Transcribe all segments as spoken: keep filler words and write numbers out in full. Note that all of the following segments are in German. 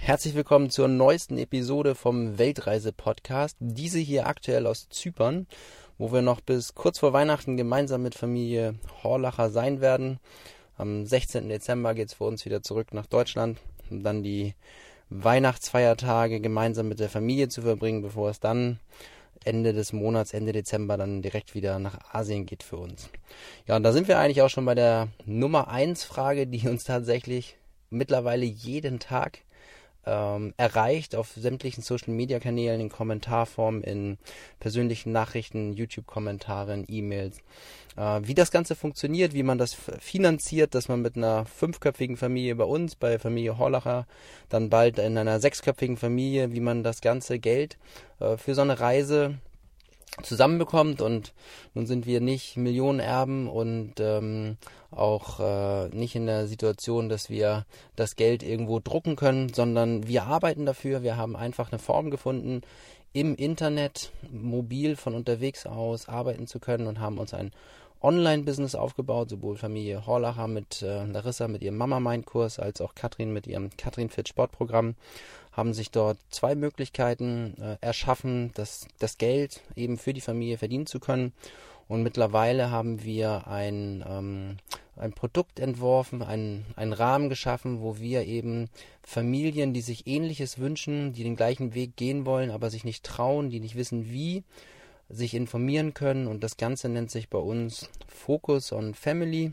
Herzlich willkommen zur neuesten Episode vom Weltreise-Podcast. Diese hier aktuell aus Zypern, wo wir noch bis kurz vor Weihnachten gemeinsam mit Familie Horlacher sein werden. Am sechzehnten Dezember geht es für uns wieder zurück nach Deutschland, um dann die Weihnachtsfeiertage gemeinsam mit der Familie zu verbringen, bevor es dann Ende des Monats, Ende Dezember dann direkt wieder nach Asien geht für uns. Ja, und da sind wir eigentlich auch schon bei der Nummer eins Frage, die uns tatsächlich mittlerweile jeden Tag ähm, erreicht auf sämtlichen Social-Media-Kanälen, in Kommentarform, in persönlichen Nachrichten, YouTube-Kommentaren, E-Mails. Äh, wie das Ganze funktioniert, wie man das finanziert, dass man mit einer fünfköpfigen Familie bei uns, bei Familie Horlacher, dann bald in einer sechsköpfigen Familie, wie man das ganze Geld äh, für so eine Reise zusammenbekommt. Und nun sind wir nicht Millionenerben und ähm, auch äh, nicht in der Situation, dass wir das Geld irgendwo drucken können, sondern wir arbeiten dafür. Wir haben einfach eine Form gefunden, im Internet mobil von unterwegs aus arbeiten zu können und haben uns ein Online-Business aufgebaut, sowohl Familie Horlacher mit äh, Larissa mit ihrem Mama-Mind-Kurs als auch Katrin mit ihrem Katrin Fit Sportprogramm, haben sich dort zwei Möglichkeiten äh, erschaffen, das, das Geld eben für die Familie verdienen zu können. Und mittlerweile haben wir ein, ähm, ein Produkt entworfen, einen, einen Rahmen geschaffen, wo wir eben Familien, die sich Ähnliches wünschen, die den gleichen Weg gehen wollen, aber sich nicht trauen, die nicht wissen wie, sich informieren können. Und das Ganze nennt sich bei uns Focus on Family.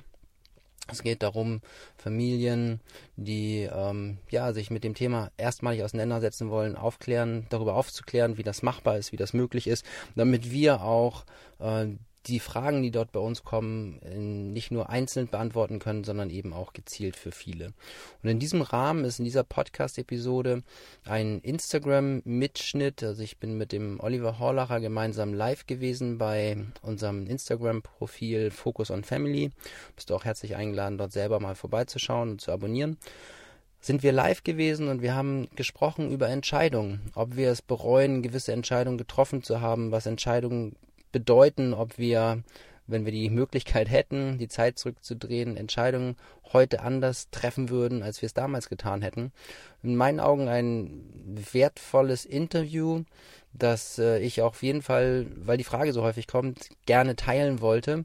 Es geht darum, Familien, die ähm, ja, sich mit dem Thema erstmalig auseinandersetzen wollen, aufklären, darüber aufzuklären, wie das machbar ist, wie das möglich ist, damit wir auch äh, die Fragen, die dort bei uns kommen, nicht nur einzeln beantworten können, sondern eben auch gezielt für viele. Und in diesem Rahmen ist in dieser Podcast-Episode ein Instagram-Mitschnitt. Also ich bin mit dem Oliver Horlacher gemeinsam live gewesen bei unserem Instagram-Profil Focus on Family. Bist du auch herzlich eingeladen, dort selber mal vorbeizuschauen und zu abonnieren. Sind wir live gewesen und wir haben gesprochen über Entscheidungen, ob wir es bereuen, gewisse Entscheidungen getroffen zu haben, was Entscheidungen bedeuten, ob wir, wenn wir die Möglichkeit hätten, die Zeit zurückzudrehen, Entscheidungen heute anders treffen würden, als wir es damals getan hätten. In meinen Augen ein wertvolles Interview, das äh, ich auf jeden Fall, weil die Frage so häufig kommt, gerne teilen wollte.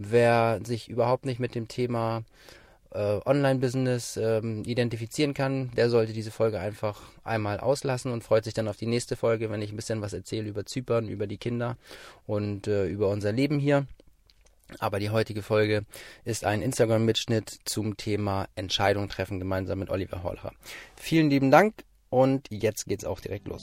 Wer sich überhaupt nicht mit dem Thema Äh, Online-Business ähm, identifizieren kann, der sollte diese Folge einfach einmal auslassen und freut sich dann auf die nächste Folge, wenn ich ein bisschen was erzähle über Zypern, über die Kinder und äh, über unser Leben hier. Aber die heutige Folge ist ein Instagram-Mitschnitt zum Thema Entscheidung treffen, gemeinsam mit Oliver Horlacher. Vielen lieben Dank und jetzt geht's auch direkt los.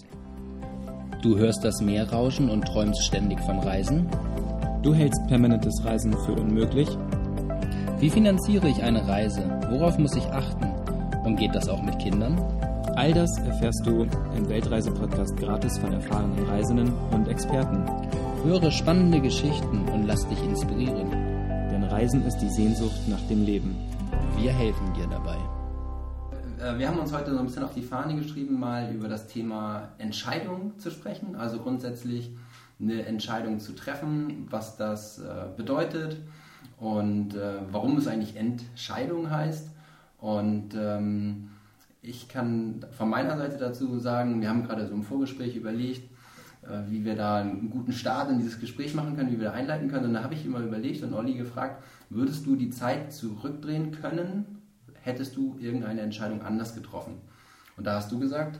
Du hörst das Meer rauschen und träumst ständig vom Reisen? Du hältst permanentes Reisen für unmöglich? Wie finanziere ich eine Reise? Worauf muss ich achten? Und geht das auch mit Kindern? All das erfährst du im Weltreise-Podcast gratis von erfahrenen Reisenden und Experten. Höre spannende Geschichten und lass dich inspirieren. Denn Reisen ist die Sehnsucht nach dem Leben. Wir helfen dir dabei. Wir haben uns heute so ein bisschen auf die Fahne geschrieben, mal über das Thema Entscheidung zu sprechen. Also grundsätzlich eine Entscheidung zu treffen, was das äh, bedeutet. Und äh, warum es eigentlich Entscheidung heißt. Und ähm, ich kann von meiner Seite dazu sagen, wir haben gerade so im Vorgespräch überlegt, äh, wie wir da einen guten Start in dieses Gespräch machen können, wie wir da einleiten können. Und da habe ich immer überlegt und Olli gefragt, würdest du die Zeit zurückdrehen können, hättest du irgendeine Entscheidung anders getroffen? Und da hast du gesagt?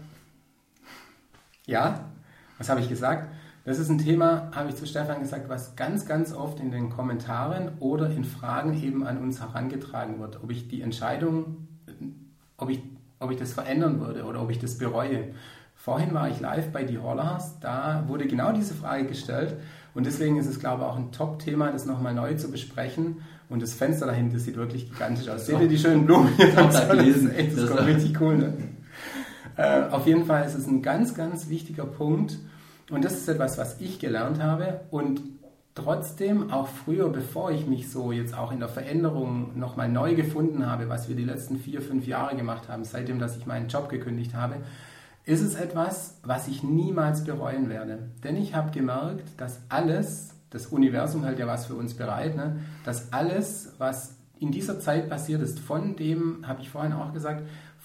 Ja, was habe ich gesagt? Das ist ein Thema, habe ich zu Stefan gesagt, was ganz, ganz oft in den Kommentaren oder in Fragen eben an uns herangetragen wird. Ob ich die Entscheidung, ob ich, ob ich das verändern würde oder ob ich das bereue. Vorhin war ich live bei die Horlachers, da wurde genau diese Frage gestellt und deswegen ist es, glaube ich, auch ein Top-Thema, das nochmal neu zu besprechen. Und das Fenster dahinter sieht wirklich gigantisch aus. Seht ihr die schönen Blumen hier? Das, das, echt, das ist richtig cool. Ne? Äh, auf jeden Fall ist es ein ganz, ganz wichtiger Punkt. Und das ist etwas, was ich gelernt habe und trotzdem auch früher, bevor ich mich so jetzt auch in der Veränderung nochmal neu gefunden habe, was wir die letzten vier, fünf Jahre gemacht haben, seitdem, dass ich meinen Job gekündigt habe, ist es etwas, was ich niemals bereuen werde. Denn ich habe gemerkt, dass alles, das Universum hält ja was für uns bereit, ne, dass alles, was in dieser Zeit passiert ist, von dem, habe ich vorhin auch gesagt,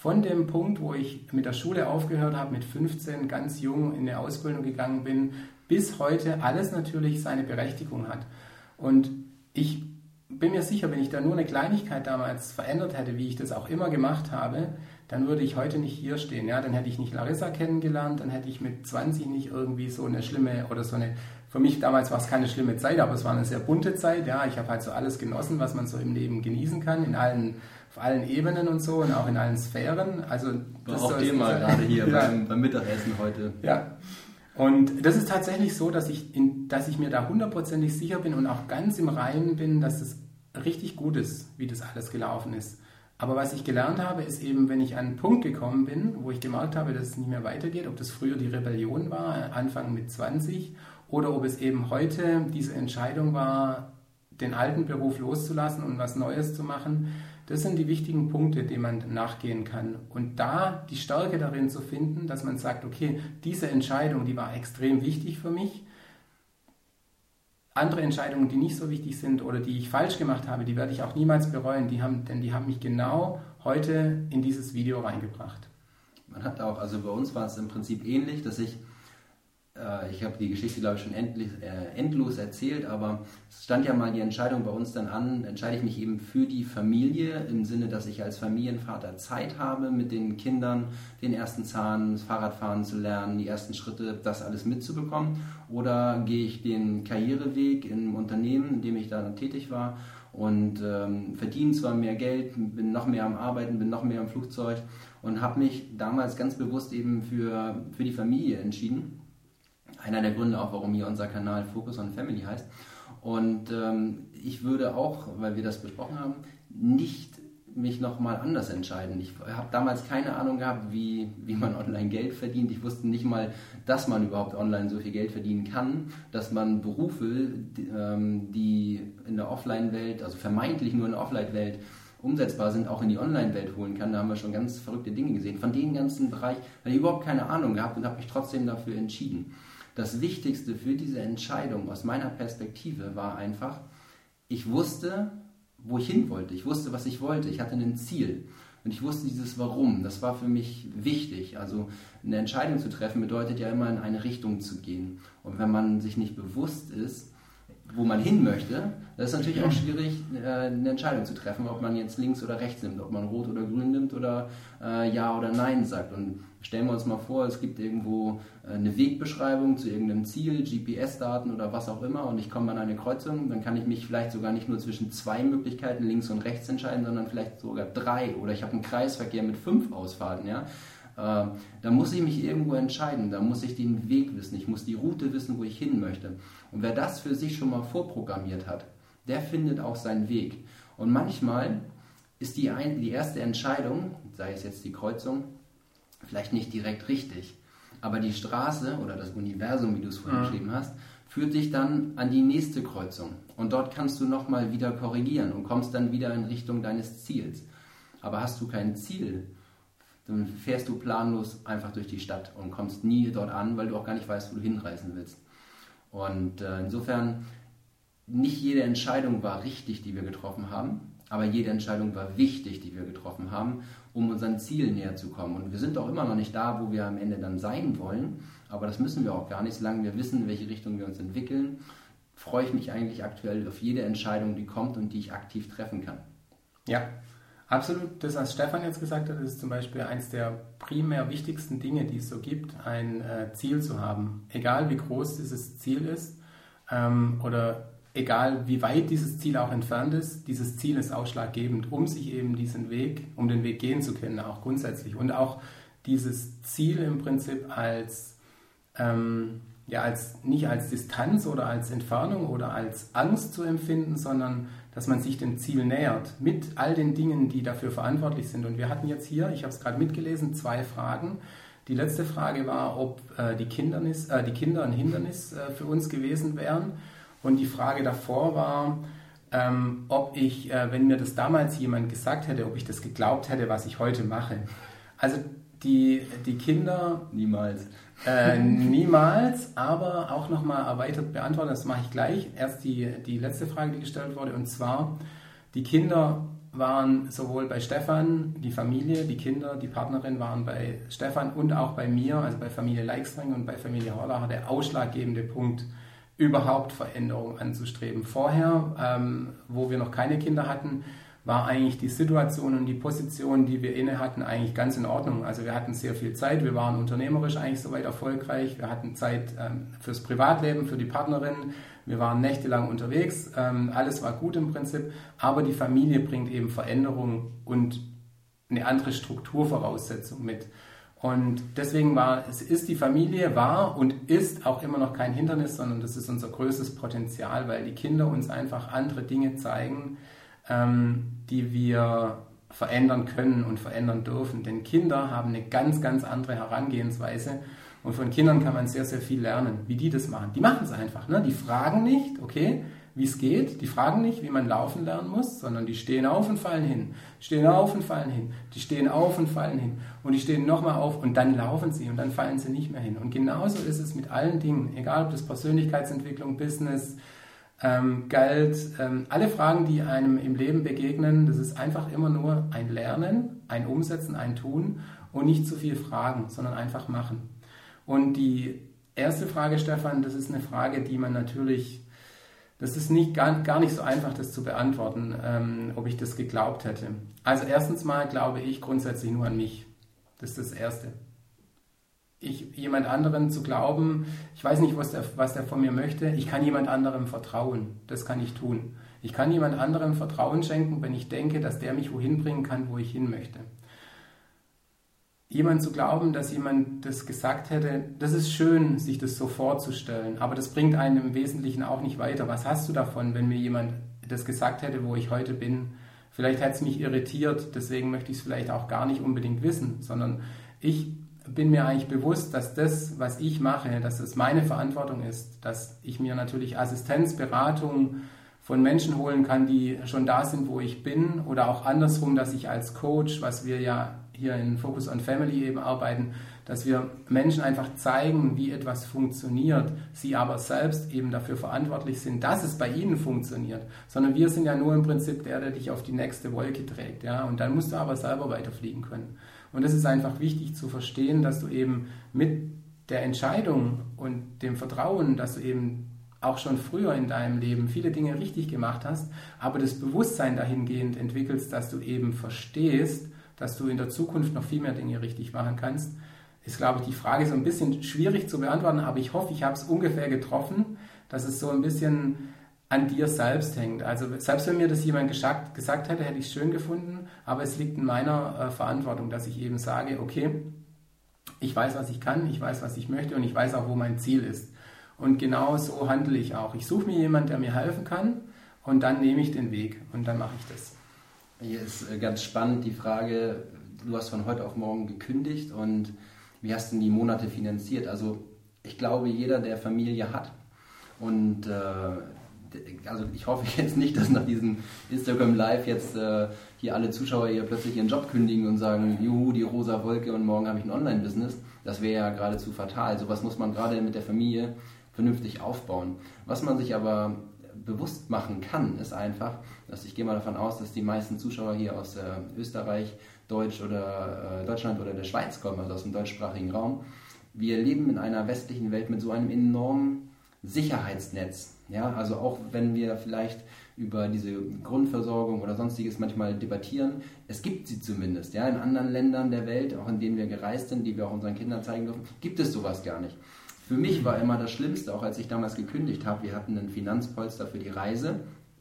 von dem Punkt, wo ich mit der Schule aufgehört habe, mit fünfzehn ganz jung in eine Ausbildung gegangen bin, bis heute alles natürlich seine Berechtigung hat. Und ich bin mir sicher, wenn ich da nur eine Kleinigkeit damals verändert hätte, wie ich das auch immer gemacht habe, dann würde ich heute nicht hier stehen. Ja? Dann hätte ich nicht Larissa kennengelernt, dann hätte ich mit zwanzig nicht irgendwie so eine schlimme oder so eine, für mich damals war es keine schlimme Zeit, aber es war eine sehr bunte Zeit. Ja? Ich habe halt so alles genossen, was man so im Leben genießen kann, in allen, auf allen Ebenen und so und auch in allen Sphären. Also war das auch dir mal gerade hier ja. beim, beim Mittagessen heute. Ja. Und das ist tatsächlich so, dass ich, in, dass ich mir da hundertprozentig sicher bin und auch ganz im Reinen bin, dass es richtig gut ist, wie das alles gelaufen ist. Aber was ich gelernt habe, ist eben, wenn ich an einen Punkt gekommen bin, wo ich gemerkt habe, dass es nicht mehr weitergeht, ob das früher die Rebellion war, Anfang mit zwanzig, oder ob es eben heute diese Entscheidung war, den alten Beruf loszulassen und was Neues zu machen. Das sind die wichtigen Punkte, denen man nachgehen kann. Und da die Stärke darin zu finden, dass man sagt, okay, diese Entscheidung, die war extrem wichtig für mich. Andere Entscheidungen, die nicht so wichtig sind oder die ich falsch gemacht habe, die werde ich auch niemals bereuen, die haben, denn die haben mich genau heute in dieses Video reingebracht. Man hat auch, also bei uns war es im Prinzip ähnlich, dass ich, äh, ich habe die Geschichte glaube ich schon endlich, äh, endlos erzählt, aber es stand ja mal die Entscheidung bei uns dann an, entscheide ich mich eben für die Familie, im Sinne, dass ich als Familienvater Zeit habe, mit den Kindern den ersten Zahn, das Fahrradfahren zu lernen, die ersten Schritte, das alles mitzubekommen, oder gehe ich den Karriereweg im Unternehmen, in dem ich da tätig war, und ähm, verdiene zwar mehr Geld, bin noch mehr am Arbeiten, bin noch mehr im Flugzeug und habe mich damals ganz bewusst eben für, für die Familie entschieden. Einer der Gründe auch, warum hier unser Kanal Focus on Family heißt. Und ähm, ich würde auch, weil wir das besprochen haben, nicht mich nochmal anders entscheiden. Ich habe damals keine Ahnung gehabt, wie, wie man online Geld verdient. Ich wusste nicht mal, dass man überhaupt online so viel Geld verdienen kann, dass man Berufe, die, ähm, die in der Offline-Welt, also vermeintlich nur in der Offline-Welt umsetzbar sind, auch in die Online-Welt holen kann. Da haben wir schon ganz verrückte Dinge gesehen. Von dem ganzen Bereich habe ich überhaupt keine Ahnung gehabt und habe mich trotzdem dafür entschieden. Das Wichtigste für diese Entscheidung aus meiner Perspektive war einfach, ich wusste, wo ich hin wollte. Ich wusste, was ich wollte. Ich hatte ein Ziel. Und ich wusste dieses Warum. Das war für mich wichtig. Also eine Entscheidung zu treffen bedeutet ja immer in eine Richtung zu gehen. Und wenn man sich nicht bewusst ist, wo man hin möchte, das ist natürlich auch schwierig, eine Entscheidung zu treffen, ob man jetzt links oder rechts nimmt, ob man rot oder grün nimmt oder äh, ja oder nein sagt. Und stellen wir uns mal vor, es gibt irgendwo eine Wegbeschreibung zu irgendeinem Ziel, G P S-Daten oder was auch immer, und ich komme an eine Kreuzung, dann kann ich mich vielleicht sogar nicht nur zwischen zwei Möglichkeiten, links und rechts, entscheiden, sondern vielleicht sogar drei, oder ich habe einen Kreisverkehr mit fünf Ausfahrten, ja. Äh, da muss ich mich irgendwo entscheiden, da muss ich den Weg wissen, ich muss die Route wissen, wo ich hin möchte. Und wer das für sich schon mal vorprogrammiert hat, der findet auch seinen Weg. Und manchmal ist die, ein, die erste Entscheidung, sei es jetzt die Kreuzung, vielleicht nicht direkt richtig, aber die Straße oder das Universum, wie du es vorhin mhm. beschrieben hast, führt dich dann an die nächste Kreuzung. Und dort kannst du nochmal wieder korrigieren und kommst dann wieder in Richtung deines Ziels. Aber hast du kein Ziel, dann fährst du planlos einfach durch die Stadt und kommst nie dort an, weil du auch gar nicht weißt, wo du hinreisen willst. Und äh, insofern, nicht jede Entscheidung war richtig, die wir getroffen haben, aber jede Entscheidung war wichtig, die wir getroffen haben, um unseren Zielen näher zu kommen. Und wir sind auch immer noch nicht da, wo wir am Ende dann sein wollen, aber das müssen wir auch gar nicht, solange wir wissen, in welche Richtung wir uns entwickeln, freue ich mich eigentlich aktuell auf jede Entscheidung, die kommt und die ich aktiv treffen kann. Ja, absolut. Das, was Stefan jetzt gesagt hat, ist zum Beispiel eines der primär wichtigsten Dinge, die es so gibt, ein äh, Ziel zu haben. Egal wie groß dieses Ziel ist ähm, oder egal wie weit dieses Ziel auch entfernt ist, dieses Ziel ist ausschlaggebend, um sich eben diesen Weg, um den Weg gehen zu können, auch grundsätzlich. Und auch dieses Ziel im Prinzip als, ähm, ja, als nicht als Distanz oder als Entfernung oder als Angst zu empfinden, sondern dass man sich dem Ziel nähert, mit all den Dingen, die dafür verantwortlich sind. Und wir hatten jetzt hier, ich habe es gerade mitgelesen, zwei Fragen. Die letzte Frage war, ob äh, die, Kindernis, äh, die Kinder ein Hindernis äh, für uns gewesen wären. Und die Frage davor war, ähm, ob ich, äh, wenn mir das damals jemand gesagt hätte, ob ich das geglaubt hätte, was ich heute mache. Also die, die Kinder... Niemals. Äh, niemals, aber auch nochmal erweitert beantworten, das mache ich gleich. Erst die, die letzte Frage, die gestellt wurde, und zwar, die Kinder waren sowohl bei Stefan, die Familie, die Kinder, die Partnerin waren bei Stefan und auch bei mir, also bei Familie Leixring und bei Familie Horlacher, der ausschlaggebende Punkt, überhaupt Veränderung anzustreben. Vorher, ähm, wo wir noch keine Kinder hatten, war eigentlich die Situation und die Position, die wir inne hatten, eigentlich ganz in Ordnung. Also wir hatten sehr viel Zeit, wir waren unternehmerisch eigentlich soweit erfolgreich, wir hatten Zeit ähm, fürs Privatleben, für die Partnerin, wir waren nächtelang unterwegs, ähm, alles war gut im Prinzip, aber die Familie bringt eben Veränderung und eine andere Strukturvoraussetzung mit. Und deswegen war, es ist die Familie, war und ist auch immer noch kein Hindernis, sondern das ist unser größtes Potenzial, weil die Kinder uns einfach andere Dinge zeigen, ähm, die wir verändern können und verändern dürfen. Denn Kinder haben eine ganz, ganz andere Herangehensweise und von Kindern kann man sehr, sehr viel lernen, wie die das machen. Die machen es einfach, ne? Die fragen nicht, okay, wie es geht. Die fragen nicht, wie man laufen lernen muss, sondern die stehen auf und fallen hin. Stehen auf und fallen hin. Die stehen auf und fallen hin. Und die stehen nochmal auf und dann laufen sie und dann fallen sie nicht mehr hin. Und genauso ist es mit allen Dingen, egal ob das Persönlichkeitsentwicklung, Business, ähm, Geld, ähm, alle Fragen, die einem im Leben begegnen, das ist einfach immer nur ein Lernen, ein Umsetzen, ein Tun und nicht zu viel fragen, sondern einfach machen. Und die erste Frage, Stefan, das ist eine Frage, die man natürlich... Das ist nicht, gar, gar nicht so einfach, das zu beantworten, ähm, ob ich das geglaubt hätte. Also erstens mal glaube ich grundsätzlich nur an mich. Das ist das Erste. Ich, jemand anderen zu glauben, ich weiß nicht, was der, was der von mir möchte, ich kann jemand anderem vertrauen. Das kann ich tun. Ich kann jemand anderem Vertrauen schenken, wenn ich denke, dass der mich wohin bringen kann, wo ich hin möchte. Jemand zu glauben, dass jemand das gesagt hätte, das ist schön, sich das so vorzustellen, aber das bringt einen im Wesentlichen auch nicht weiter. Was hast du davon, wenn mir jemand das gesagt hätte, wo ich heute bin? Vielleicht hätte es mich irritiert, deswegen möchte ich es vielleicht auch gar nicht unbedingt wissen, sondern ich bin mir eigentlich bewusst, dass das, was ich mache, dass es meine Verantwortung ist, dass ich mir natürlich Assistenz, Beratung von Menschen holen kann, die schon da sind, wo ich bin, oder auch andersrum, dass ich als Coach, was wir ja hier in Focus on Family eben arbeiten, dass wir Menschen einfach zeigen, wie etwas funktioniert, sie aber selbst eben dafür verantwortlich sind, dass es bei ihnen funktioniert, sondern wir sind ja nur im Prinzip der, der dich auf die nächste Wolke trägt, ja, und dann musst du aber selber weiterfliegen können. Und das ist einfach wichtig zu verstehen, dass du eben mit der Entscheidung und dem Vertrauen, dass du eben auch schon früher in deinem Leben viele Dinge richtig gemacht hast, aber das Bewusstsein dahingehend entwickelst, dass du eben verstehst, dass du in der Zukunft noch viel mehr Dinge richtig machen kannst, ist, glaube ich, die Frage so ein bisschen schwierig zu beantworten, aber ich hoffe, ich habe es ungefähr getroffen, dass es so ein bisschen an dir selbst hängt. Also selbst wenn mir das jemand gesagt, gesagt hätte, hätte ich es schön gefunden, aber es liegt in meiner äh, Verantwortung, dass ich eben sage, okay, ich weiß, was ich kann, ich weiß, was ich möchte und ich weiß auch, wo mein Ziel ist. Und genau so handle ich auch. Ich suche mir jemanden, der mir helfen kann und dann nehme ich den Weg und dann mache ich das. Hier ist ganz spannend die Frage, du hast von heute auf morgen gekündigt und wie hast du die Monate finanziert? Also ich glaube, jeder, der Familie hat und äh, also ich hoffe jetzt nicht, dass nach diesem Instagram Live jetzt äh, hier alle Zuschauer hier plötzlich ihren Job kündigen und sagen, juhu, die rosa Wolke und morgen habe ich ein Online-Business. Das wäre ja geradezu fatal. Sowas muss man gerade mit der Familie vernünftig aufbauen. Was man sich aber bewusst machen kann, ist einfach, dass ich gehe mal davon aus, dass die meisten Zuschauer hier aus äh, Österreich, Deutsch oder äh, Deutschland oder der Schweiz kommen, also aus dem deutschsprachigen Raum. Wir leben in einer westlichen Welt mit so einem enormen Sicherheitsnetz. Ja? Also auch wenn wir vielleicht über diese Grundversorgung oder sonstiges manchmal debattieren, es gibt sie zumindest. Ja? In anderen Ländern der Welt, auch in denen wir gereist sind, die wir auch unseren Kindern zeigen dürfen, gibt es sowas gar nicht. Für mich war immer das Schlimmste, auch als ich damals gekündigt habe, wir hatten einen Finanzpolster für die Reise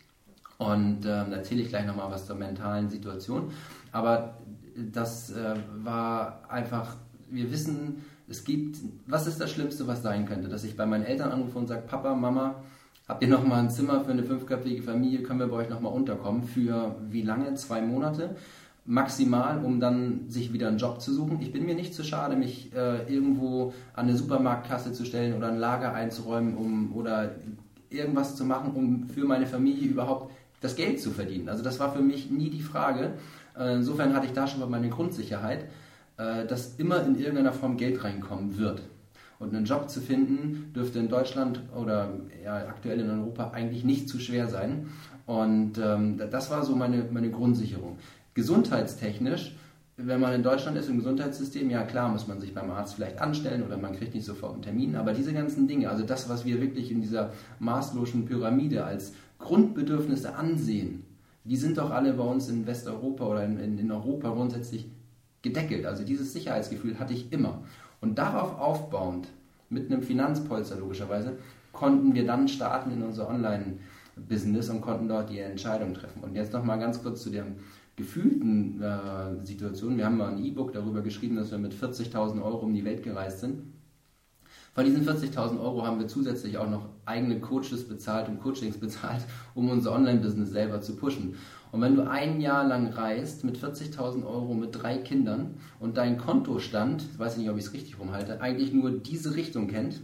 und ähm, da erzähle ich gleich nochmal was zur mentalen Situation, aber das äh, war einfach, wir wissen, es gibt, was ist das Schlimmste, was sein könnte, dass ich bei meinen Eltern anrufe und sage, Papa, Mama, habt ihr nochmal ein Zimmer für eine fünfköpfige Familie, können wir bei euch nochmal unterkommen, für wie lange? Zwei Monate? Maximal, um dann sich wieder einen Job zu suchen. Ich bin mir nicht zu schade, mich äh, irgendwo an eine Supermarktkasse zu stellen oder ein Lager einzuräumen, um oder irgendwas zu machen, um für meine Familie überhaupt das Geld zu verdienen. Also das war für mich nie die Frage. Äh, insofern hatte ich da schon mal meine Grundsicherheit, äh, dass immer in irgendeiner Form Geld reinkommen wird. Und einen Job zu finden, dürfte in Deutschland oder ja, aktuell in Europa eigentlich nicht zu schwer sein. Und ähm, das war so meine, meine Grundsicherung. Gesundheitstechnisch, wenn man in Deutschland ist im Gesundheitssystem, ja klar, muss man sich beim Arzt vielleicht anstellen oder man kriegt nicht sofort einen Termin, aber diese ganzen Dinge, also das, was wir wirklich in dieser maßlosen Pyramide als Grundbedürfnisse ansehen, die sind doch alle bei uns in Westeuropa oder in, in, in Europa grundsätzlich gedeckelt. Also dieses Sicherheitsgefühl hatte ich immer. Und darauf aufbauend, mit einem Finanzpolster logischerweise, konnten wir dann starten in unser Online-Business und konnten dort die Entscheidung treffen. Und jetzt nochmal ganz kurz zu der gefühlten äh, Situation. Wir haben mal ein E-Book darüber geschrieben, dass wir mit vierzigtausend Euro um die Welt gereist sind. Von diesen vierzigtausend Euro haben wir zusätzlich auch noch eigene Coaches bezahlt und Coachings bezahlt, um unser Online-Business selber zu pushen. Und wenn du ein Jahr lang reist mit vierzigtausend Euro mit drei Kindern und dein Kontostand, ich weiß nicht, ob ich es richtig rumhalte, eigentlich nur diese Richtung kennt,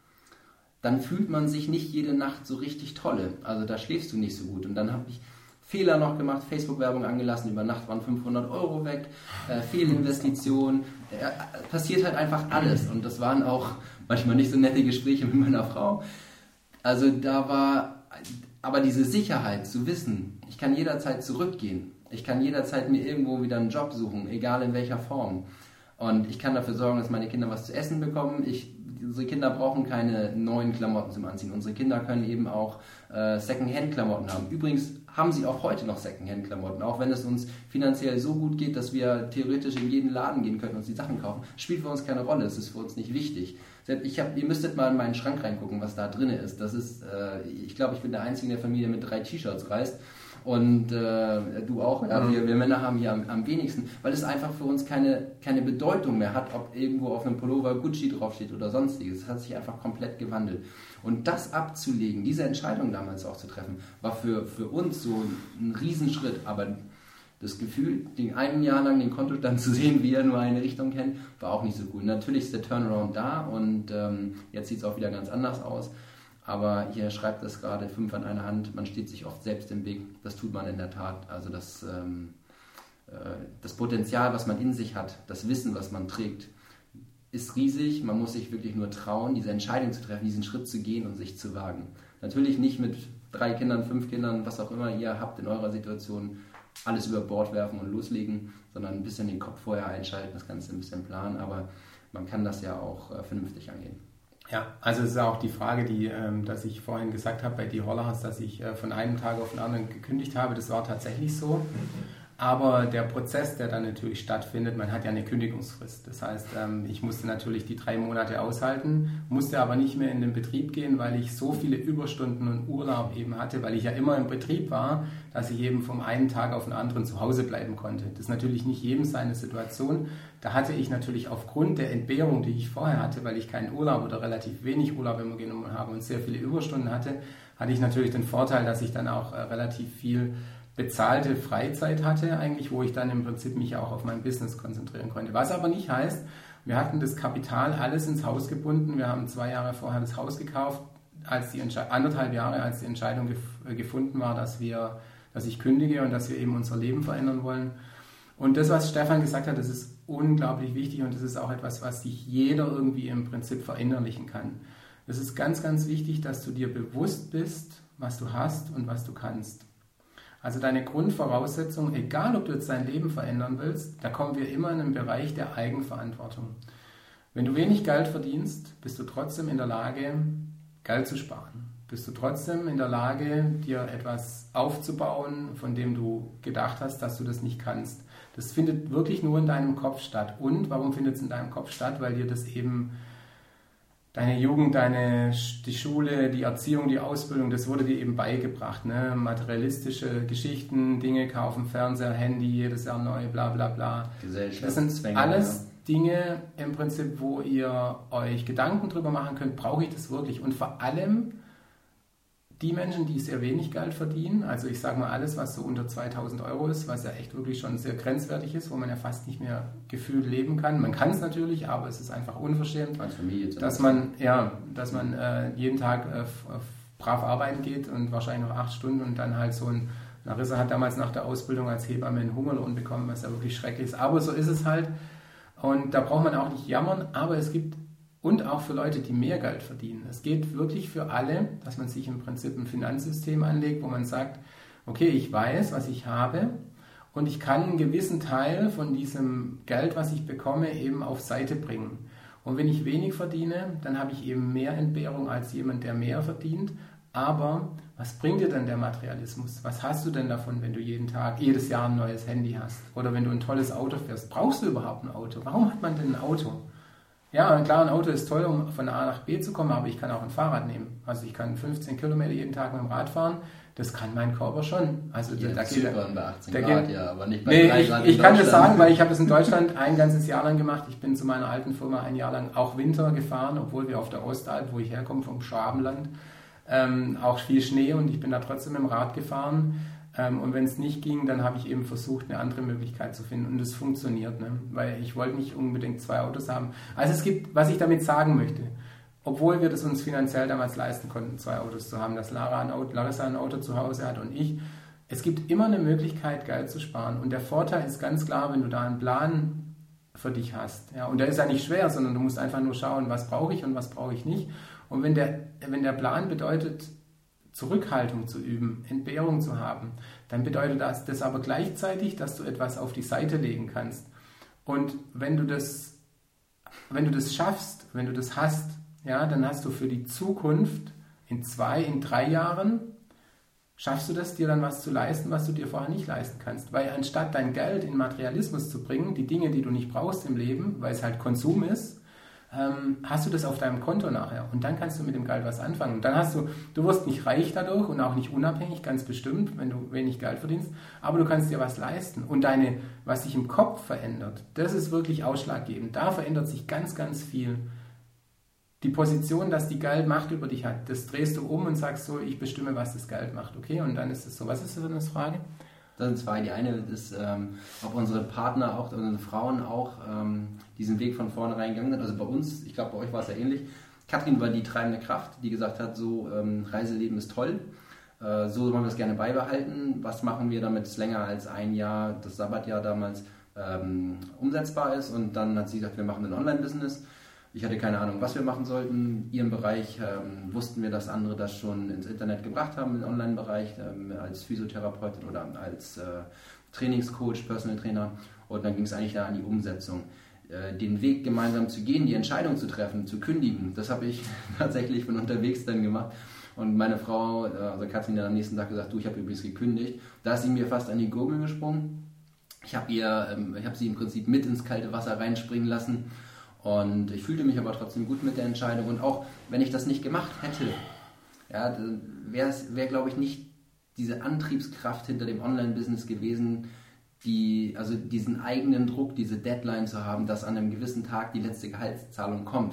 dann fühlt man sich nicht jede Nacht so richtig tolle. Also da schläfst du nicht so gut. Und dann habe ich Fehler noch gemacht, Facebook-Werbung angelassen, über Nacht waren fünfhundert Euro weg, äh, Fehlinvestitionen, äh, passiert halt einfach alles. Und das waren auch manchmal nicht so nette Gespräche mit meiner Frau. Also da war, aber diese Sicherheit zu wissen, ich kann jederzeit zurückgehen, ich kann jederzeit mir irgendwo wieder einen Job suchen, egal in welcher Form. Und ich kann dafür sorgen, dass meine Kinder was zu essen bekommen. Ich, unsere Kinder brauchen keine neuen Klamotten zum Anziehen. Unsere Kinder können eben auch äh, Second-Hand-Klamotten haben. Übrigens haben sie auch heute noch Second-Hand-Klamotten. Auch wenn es uns finanziell so gut geht, dass wir theoretisch in jeden Laden gehen können und uns die Sachen kaufen, spielt für uns keine Rolle. Es ist für uns nicht wichtig. Ich hab, ihr müsstet mal in meinen Schrank reingucken, was da drin ist. Das ist, äh, ich glaube, ich bin der Einzige in der Familie, der mit drei T-Shirts reist. Und äh, du auch, ja, wir, wir Männer haben hier am, am wenigsten, weil es einfach für uns keine, keine Bedeutung mehr hat, ob irgendwo auf einem Pullover Gucci draufsteht oder sonstiges. Es hat sich einfach komplett gewandelt. Und das abzulegen, diese Entscheidung damals auch zu treffen, war für, für uns so ein Riesenschritt. Aber das Gefühl, den einen Jahr lang den Kontostand zu sehen, wie er nur eine Richtung kennt, war auch nicht so gut. Natürlich ist der Turnaround da und ähm, jetzt sieht es auch wieder ganz anders aus. Aber hier schreibt es gerade fünf an einer Hand, man steht sich oft selbst im Weg. Das tut man in der Tat. Also das, ähm, äh, das Potenzial, was man in sich hat, das Wissen, was man trägt, ist riesig. Man muss sich wirklich nur trauen, diese Entscheidung zu treffen, diesen Schritt zu gehen und sich zu wagen. Natürlich nicht mit drei Kindern, fünf Kindern, was auch immer ihr habt in eurer Situation, alles über Bord werfen und loslegen, sondern ein bisschen den Kopf vorher einschalten, das Ganze ein bisschen planen. Aber man kann das ja auch äh, vernünftig angehen. Ja, also es ist auch die Frage, die, ähm, dass ich vorhin gesagt habe bei die Hollers, dass ich äh, von einem Tag auf den anderen gekündigt habe. Das war tatsächlich so. Aber der Prozess, der dann natürlich stattfindet, man hat ja eine Kündigungsfrist. Das heißt, ähm, ich musste natürlich die drei Monate aushalten, musste aber nicht mehr in den Betrieb gehen, weil ich so viele Überstunden und Urlaub eben hatte, weil ich ja immer im Betrieb war, dass ich eben vom einen Tag auf den anderen zu Hause bleiben konnte. Das ist natürlich nicht jedem seine Situation. Da hatte ich natürlich aufgrund der Entbehrung, die ich vorher hatte, weil ich keinen Urlaub oder relativ wenig Urlaub immer genommen habe und sehr viele Überstunden hatte, hatte ich natürlich den Vorteil, dass ich dann auch äh, relativ viel bezahlte Freizeit hatte eigentlich, wo ich dann im Prinzip mich auch auf mein Business konzentrieren konnte. Was aber nicht heißt, wir hatten das Kapital alles ins Haus gebunden. Wir haben zwei Jahre vorher das Haus gekauft, als die Entsche- anderthalb Jahre, als die Entscheidung gef- gefunden war, dass wir, dass ich kündige und dass wir eben unser Leben verändern wollen. Und das, was Stefan gesagt hat, das ist unglaublich wichtig und das ist auch etwas, was sich jeder irgendwie im Prinzip verinnerlichen kann. Es ist ganz, ganz wichtig, dass du dir bewusst bist, was du hast und was du kannst. Also deine Grundvoraussetzung, egal ob du jetzt dein Leben verändern willst, da kommen wir immer in den Bereich der Eigenverantwortung. Wenn du wenig Geld verdienst, bist du trotzdem in der Lage, Geld zu sparen. Bist du trotzdem in der Lage, dir etwas aufzubauen, von dem du gedacht hast, dass du das nicht kannst. Das findet wirklich nur in deinem Kopf statt. Und warum findet es in deinem Kopf statt? Weil dir das eben deine Jugend, deine, die Schule, die Erziehung, die Ausbildung, das wurde dir eben beigebracht. Ne? Materialistische Geschichten, Dinge kaufen, Fernseher, Handy, jedes Jahr neu, bla bla bla. Das sind alles Dinge im Prinzip, wo ihr euch Gedanken drüber machen könnt, brauche ich das wirklich? Und vor allem die Menschen, die sehr wenig Geld verdienen, also ich sage mal alles, was so unter zweitausend Euro ist, was ja echt wirklich schon sehr grenzwertig ist, wo man ja fast nicht mehr gefühlt leben kann. Man kann es natürlich, aber es ist einfach unverschämt, als Familie, dass man, ja, dass man äh, jeden Tag äh, brav arbeiten geht und wahrscheinlich noch acht Stunden und dann halt so ein, Larissa hat damals nach der Ausbildung als Hebamme einen Hungerlohn bekommen, was ja wirklich schrecklich ist, aber so ist es halt und da braucht man auch nicht jammern, aber es gibt und auch für Leute, die mehr Geld verdienen. Es geht wirklich für alle, dass man sich im Prinzip ein Finanzsystem anlegt, wo man sagt, okay, ich weiß, was ich habe und ich kann einen gewissen Teil von diesem Geld, was ich bekomme, eben auf Seite bringen. Und wenn ich wenig verdiene, dann habe ich eben mehr Entbehrung als jemand, der mehr verdient. Aber was bringt dir denn der Materialismus? Was hast du denn davon, wenn du jeden Tag, jedes Jahr ein neues Handy hast? Oder wenn du ein tolles Auto fährst? Brauchst du überhaupt ein Auto? Warum hat man denn ein Auto? Ja, klar, ein Auto ist toll, um von A nach B zu kommen, aber ich kann auch ein Fahrrad nehmen. Also ich kann fünfzehn Kilometer jeden Tag mit dem Rad fahren. Das kann mein Körper schon. Also Hier da in geht Zypern bei achtzehn da Grad, geht, ja, aber nicht bei nee, drei ich, Grad ich in kann das Deutschland. sagen, weil ich habe das in Deutschland ein ganzes Jahr lang gemacht. Ich bin zu meiner alten Firma ein Jahr lang auch Winter gefahren, obwohl wir auf der Ostalb, wo ich herkomme, vom Schwabenland, ähm, auch viel Schnee und ich bin da trotzdem mit dem Rad gefahren. Ähm, und wenn es nicht ging, dann habe ich eben versucht, eine andere Möglichkeit zu finden und es funktioniert, ne? Weil ich wollte nicht unbedingt zwei Autos haben. Also es gibt, was ich damit sagen möchte, obwohl wir das uns finanziell damals leisten konnten, zwei Autos zu haben, dass Lara ein Auto, Larissa ein Auto zu Hause hat und ich, es gibt immer eine Möglichkeit, Geld zu sparen. Und der Vorteil ist ganz klar, wenn du da einen Plan für dich hast. Ja, und der ist ja nicht schwer, sondern du musst einfach nur schauen, was brauche ich und was brauche ich nicht. Und wenn der, wenn der Plan bedeutet, Zurückhaltung zu üben, Entbehrung zu haben, dann bedeutet das, das aber gleichzeitig, dass du etwas auf die Seite legen kannst. Und wenn du das, wenn du das schaffst, wenn du das hast, ja, dann hast du für die Zukunft in zwei, in drei Jahren, schaffst du das, dir dann was zu leisten, was du dir vorher nicht leisten kannst. Weil anstatt dein Geld in Materialismus zu bringen, die Dinge, die du nicht brauchst im Leben, weil es halt Konsum ist, ähm, hast du das auf deinem Konto nachher. Und dann kannst du mit dem Geld was anfangen. Und dann hast du, du wirst nicht reich dadurch und auch nicht unabhängig, ganz bestimmt, wenn du wenig Geld verdienst, aber du kannst dir was leisten. Und deine, was sich im Kopf verändert, das ist wirklich ausschlaggebend. Da verändert sich ganz, ganz viel. Die Position, dass die Geld Macht über dich hat, das drehst du um und sagst so, ich bestimme, was das Geld macht, okay? Und dann ist es so. Was ist das für eine Frage? Das sind zwei. Die eine ist, ähm, ob unsere Partner, auch unsere Frauen auch ähm, diesen Weg von vornherein gegangen sind. Also bei uns, ich glaube, bei euch war es ja ähnlich. Katrin war die treibende Kraft, die gesagt hat, so ähm, Reiseleben ist toll, äh, so wollen wir es gerne beibehalten. Was machen wir, damit es länger als ein Jahr, das Sabbatjahr damals, ähm, umsetzbar ist? Und dann hat sie gesagt, wir machen ein Online-Business. Ich hatte keine Ahnung, was wir machen sollten. Ihrem Bereich ähm, wussten wir, dass andere das schon ins Internet gebracht haben, im Online-Bereich, ähm, als Physiotherapeutin oder als äh, Trainingscoach, Personal Trainer. Und dann ging es eigentlich da an die Umsetzung. Äh, den Weg gemeinsam zu gehen, die Entscheidung zu treffen, zu kündigen, das habe ich tatsächlich von unterwegs dann gemacht. Und meine Frau, äh, also Katrin, hat am nächsten Tag gesagt, du, ich habe übrigens gekündigt. Da ist sie mir fast an die Gurgel gesprungen. Ich habe ihr, ähm, ich habe sie im Prinzip mit ins kalte Wasser reinspringen lassen. Und ich fühlte mich aber trotzdem gut mit der Entscheidung. Und auch wenn ich das nicht gemacht hätte, ja, wäre es, wäre, glaube ich, nicht diese Antriebskraft hinter dem Online-Business gewesen, die, also diesen eigenen Druck, diese Deadline zu haben, dass an einem gewissen Tag die letzte Gehaltszahlung kommt.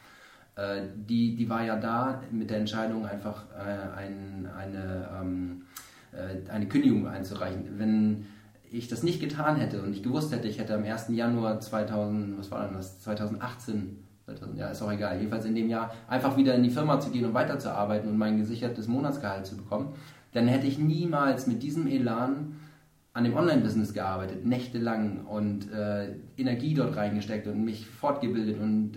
Äh, die, die war ja da mit der Entscheidung, einfach äh, ein, eine, ähm, äh, eine Kündigung einzureichen. Wenn ich das nicht getan hätte und ich gewusst hätte, ich hätte am ersten Januar zweitausend, was war denn das, zweitausendachtzehn, ja, ist auch egal, jedenfalls in dem Jahr einfach wieder in die Firma zu gehen und weiterzuarbeiten und mein gesichertes Monatsgehalt zu bekommen, dann hätte ich niemals mit diesem Elan an dem Online-Business gearbeitet, nächtelang und äh, Energie dort reingesteckt und mich fortgebildet und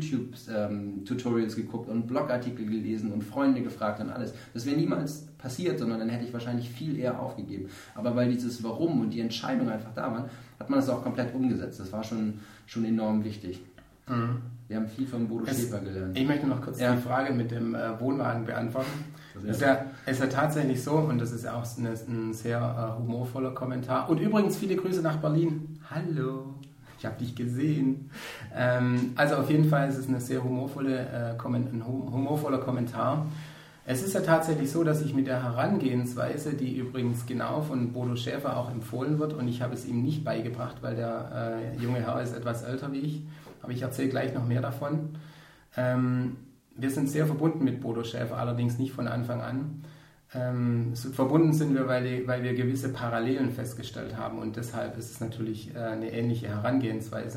YouTube-Tutorials ähm, geguckt und Blogartikel gelesen und Freunde gefragt und alles. Das wäre niemals passiert, sondern dann hätte ich wahrscheinlich viel eher aufgegeben. Aber weil dieses Warum und die Entscheidung einfach da waren, hat man das auch komplett umgesetzt. Das war schon, schon enorm wichtig. Mhm. Wir haben viel von Bodo es, Schäfer gelernt. Ich möchte noch kurz ja. die Frage mit dem äh, Wohnwagen beantworten. Es ist, ja, ist ja tatsächlich so, und das ist ja auch eine, ein sehr äh, humorvoller Kommentar. Und übrigens viele Grüße nach Berlin. Hallo, ich habe dich gesehen. Ähm, also auf jeden Fall ist es eine sehr humorvolle, äh, Komment- ein humorvoller Kommentar. Es ist ja tatsächlich so, dass ich mit der Herangehensweise, die übrigens genau von Bodo Schäfer auch empfohlen wird, und ich habe es ihm nicht beigebracht, weil der äh, junge Herr ist etwas älter wie ich, aber ich erzähle gleich noch mehr davon. Ähm, Wir sind sehr verbunden mit Bodo Schäfer, allerdings nicht von Anfang an. Ähm, so verbunden sind wir, weil, die, weil wir gewisse Parallelen festgestellt haben und deshalb ist es natürlich äh, eine ähnliche Herangehensweise.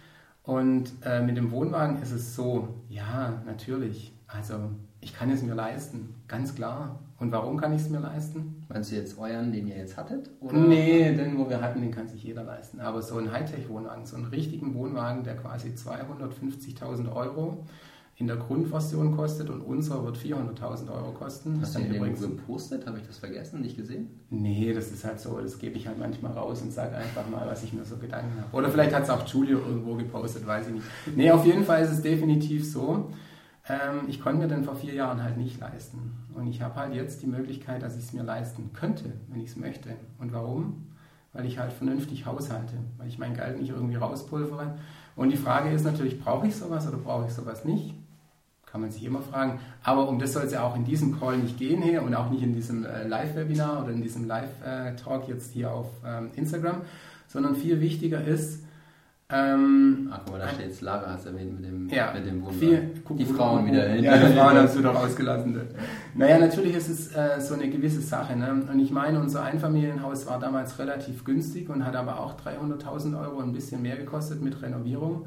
Und äh, mit dem Wohnwagen ist es so, ja, natürlich, also ich kann es mir leisten, ganz klar. Und warum kann ich es mir leisten? Meinst du jetzt euren, den ihr jetzt hattet? Oder? Nee, den, wo wir hatten, den kann sich jeder leisten. Aber so ein Hightech-Wohnwagen, so einen richtigen Wohnwagen, der quasi zweihundertfünfzigtausend Euro in der Grundversion kostet und unserer wird vierhunderttausend Euro kosten. Hast du den übrigens gepostet? Habe ich das vergessen? Nicht gesehen? Nee, das ist halt so, das gebe ich halt manchmal raus und sage einfach mal, was ich mir so Gedanken habe. Oder vielleicht hat es auch Julio irgendwo gepostet, weiß ich nicht. Nee, auf jeden Fall ist es definitiv so. Ähm, ich konnte mir den vor vier Jahren halt nicht leisten. Und ich habe halt jetzt die Möglichkeit, dass ich es mir leisten könnte, wenn ich es möchte. Und warum? Weil ich halt vernünftig haushalte, weil ich mein Geld nicht irgendwie rauspulvere. Und die Frage ist natürlich, brauche ich sowas oder brauche ich sowas nicht? Kann man sich immer fragen. Aber um das soll es ja auch in diesem Call nicht gehen hier und auch nicht in diesem äh, Live-Webinar oder in diesem Live-Talk jetzt hier auf ähm, Instagram, sondern viel wichtiger ist, ähm, ach guck mal, da steht jetzt, Lara hat es erwähnt mit dem, ja, mit dem Wunder. Viel, guck, die guck, Frauen guck, wieder hin. Ja, die Frauen hast du doch ausgelassen. Naja, natürlich ist es äh, so eine gewisse Sache. Ne? Und ich meine, unser Einfamilienhaus war damals relativ günstig und hat aber auch dreihunderttausend Euro ein bisschen mehr gekostet mit Renovierung.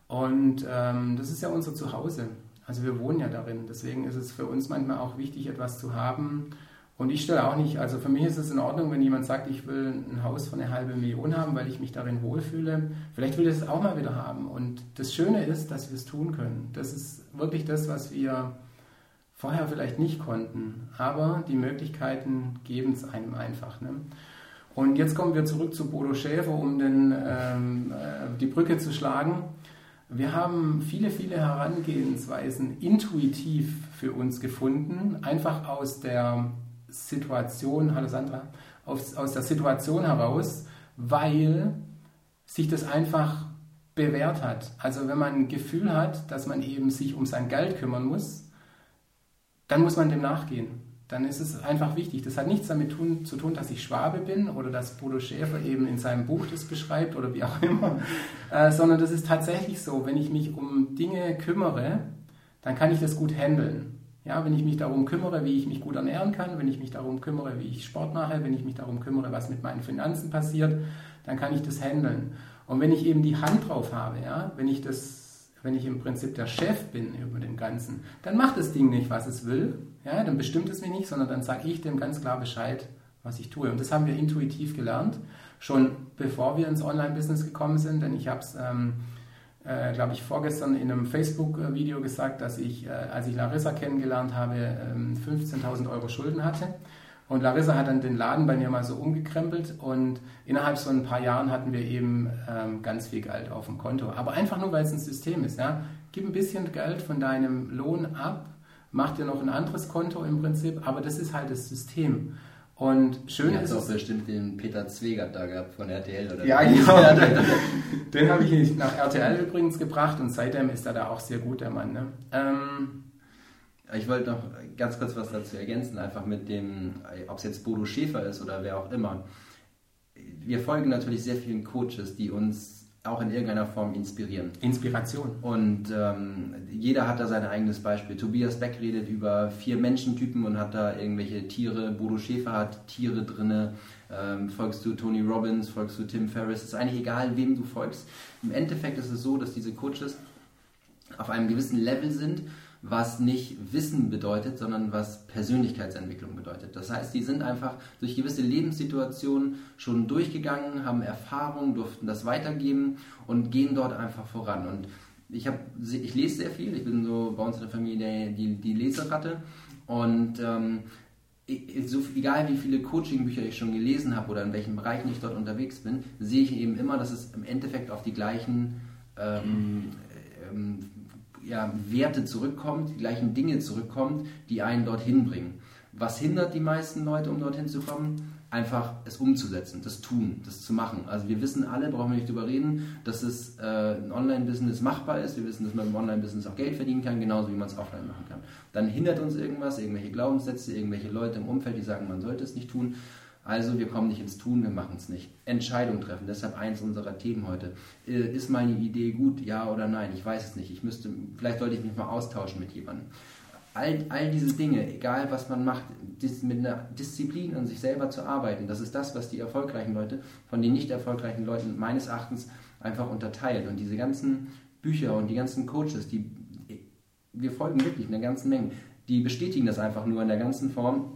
Und ähm, das ist ja unser Zuhause. Also wir wohnen ja darin. Deswegen ist es für uns manchmal auch wichtig, etwas zu haben. Und ich stelle auch nicht, also für mich ist es in Ordnung, wenn jemand sagt, ich will ein Haus von eine halbe Million haben, weil ich mich darin wohlfühle. Vielleicht will ich es auch mal wieder haben. Und das Schöne ist, dass wir es tun können. Das ist wirklich das, was wir vorher vielleicht nicht konnten. Aber die Möglichkeiten geben es einem einfach. Ne? Und jetzt kommen wir zurück zu Bodo Schäfer, um den, ähm, äh, die Brücke zu schlagen. Wir haben viele, viele Herangehensweisen intuitiv für uns gefunden, einfach aus der Situation, hallo Sandra, aus, aus der Situation heraus, weil sich das einfach bewährt hat. Also wenn man ein Gefühl hat, dass man eben sich um sein Geld kümmern muss, dann muss man dem nachgehen. Dann ist es einfach wichtig. Das hat nichts damit tun, zu tun, dass ich Schwabe bin oder dass Bodo Schäfer eben in seinem Buch das beschreibt oder wie auch immer, äh, sondern das ist tatsächlich so, wenn ich mich um Dinge kümmere, dann kann ich das gut handeln. Ja, wenn ich mich darum kümmere, wie ich mich gut ernähren kann, wenn ich mich darum kümmere, wie ich Sport mache, wenn ich mich darum kümmere, was mit meinen Finanzen passiert, dann kann ich das handeln. Und wenn ich eben die Hand drauf habe, ja, wenn ich das, wenn ich im Prinzip der Chef bin über dem Ganzen, dann macht das Ding nicht, was es will, ja, dann bestimmt es mich nicht, sondern dann sage ich dem ganz klar Bescheid, was ich tue. Und das haben wir intuitiv gelernt, schon bevor wir ins Online-Business gekommen sind, denn ich habe es ähm, Äh, glaube ich, vorgestern in einem Facebook-Video gesagt, dass ich, äh, als ich Larissa kennengelernt habe, ähm, fünfzehntausend Euro Schulden hatte. Und Larissa hat dann den Laden bei mir mal so umgekrempelt und innerhalb von ein paar Jahren hatten wir eben ähm, ganz viel Geld auf dem Konto. Aber einfach nur, weil es ein System ist. Ja? Gib ein bisschen Geld von deinem Lohn ab, mach dir noch ein anderes Konto im Prinzip, aber das ist halt das System. Und schön Ihr ist habt auch bestimmt den Peter Zwegert da gehabt von R T L, oder? Ja, genau. Den habe ich nach R T L übrigens gebracht und seitdem ist er da auch sehr gut, der Mann. Ne? Ähm, ich wollte noch ganz kurz was dazu ergänzen, einfach mit dem, ob es jetzt Bodo Schäfer ist oder wer auch immer. Wir folgen natürlich sehr vielen Coaches, die uns auch in irgendeiner Form inspirieren. Inspiration. Und ähm, jeder hat da sein eigenes Beispiel. Tobias Beck redet über vier Menschentypen und hat da irgendwelche Tiere. Bodo Schäfer hat Tiere drin. Ähm, folgst du Tony Robbins, folgst du Tim Ferriss. Es ist eigentlich egal, wem du folgst. Im Endeffekt ist es so, dass diese Coaches auf einem gewissen Level sind, was nicht Wissen bedeutet, sondern was Persönlichkeitsentwicklung bedeutet. Das heißt, die sind einfach durch gewisse Lebenssituationen schon durchgegangen, haben Erfahrung, durften das weitergeben und gehen dort einfach voran. Und ich, hab, ich lese sehr viel, ich bin so bei uns in der Familie die, die Leseratte und ähm, so, egal wie viele Coaching-Bücher ich schon gelesen habe oder in welchen Bereichen ich dort unterwegs bin, sehe ich eben immer, dass es im Endeffekt auf die gleichen ähm, ähm, ja, Werte zurückkommt, die gleichen Dinge zurückkommt, die einen dorthin bringen. Was hindert die meisten Leute, um dorthin zu kommen? Einfach es umzusetzen, das tun, das zu machen. Also wir wissen alle, brauchen wir nicht drüber reden, dass es äh, ein Online-Business machbar ist. Wir wissen, dass man im Online-Business auch Geld verdienen kann, genauso wie man es offline machen kann. Dann hindert uns irgendwas, irgendwelche Glaubenssätze, irgendwelche Leute im Umfeld, die sagen, man sollte es nicht tun. Also wir kommen nicht ins Tun, wir machen es nicht. Entscheidung treffen, deshalb eins unserer Themen heute. Ist meine Idee gut, ja oder nein? Ich weiß es nicht. Ich müsste, vielleicht sollte ich mich mal austauschen mit jemandem. All, all diese Dinge, egal was man macht, mit einer Disziplin an sich selber zu arbeiten, das ist das, was die erfolgreichen Leute von den nicht erfolgreichen Leuten meines Erachtens einfach unterteilt. Und diese ganzen Bücher und die ganzen Coaches, die wir folgen wirklich in der ganzen Menge, die bestätigen das einfach nur in der ganzen Form.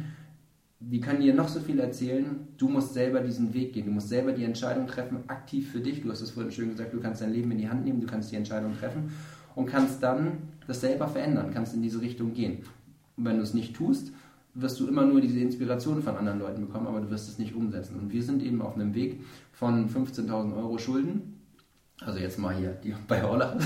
Die können dir noch so viel erzählen, du musst selber diesen Weg gehen, du musst selber die Entscheidung treffen, aktiv für dich. Du hast es vorhin schön gesagt, du kannst dein Leben in die Hand nehmen, du kannst die Entscheidung treffen und kannst dann das selber verändern, kannst in diese Richtung gehen. Und wenn du es nicht tust, wirst du immer nur diese Inspiration von anderen Leuten bekommen, aber du wirst es nicht umsetzen. Und wir sind eben auf einem Weg von fünfzehntausend Euro Schulden, also jetzt mal hier die bei Horlach,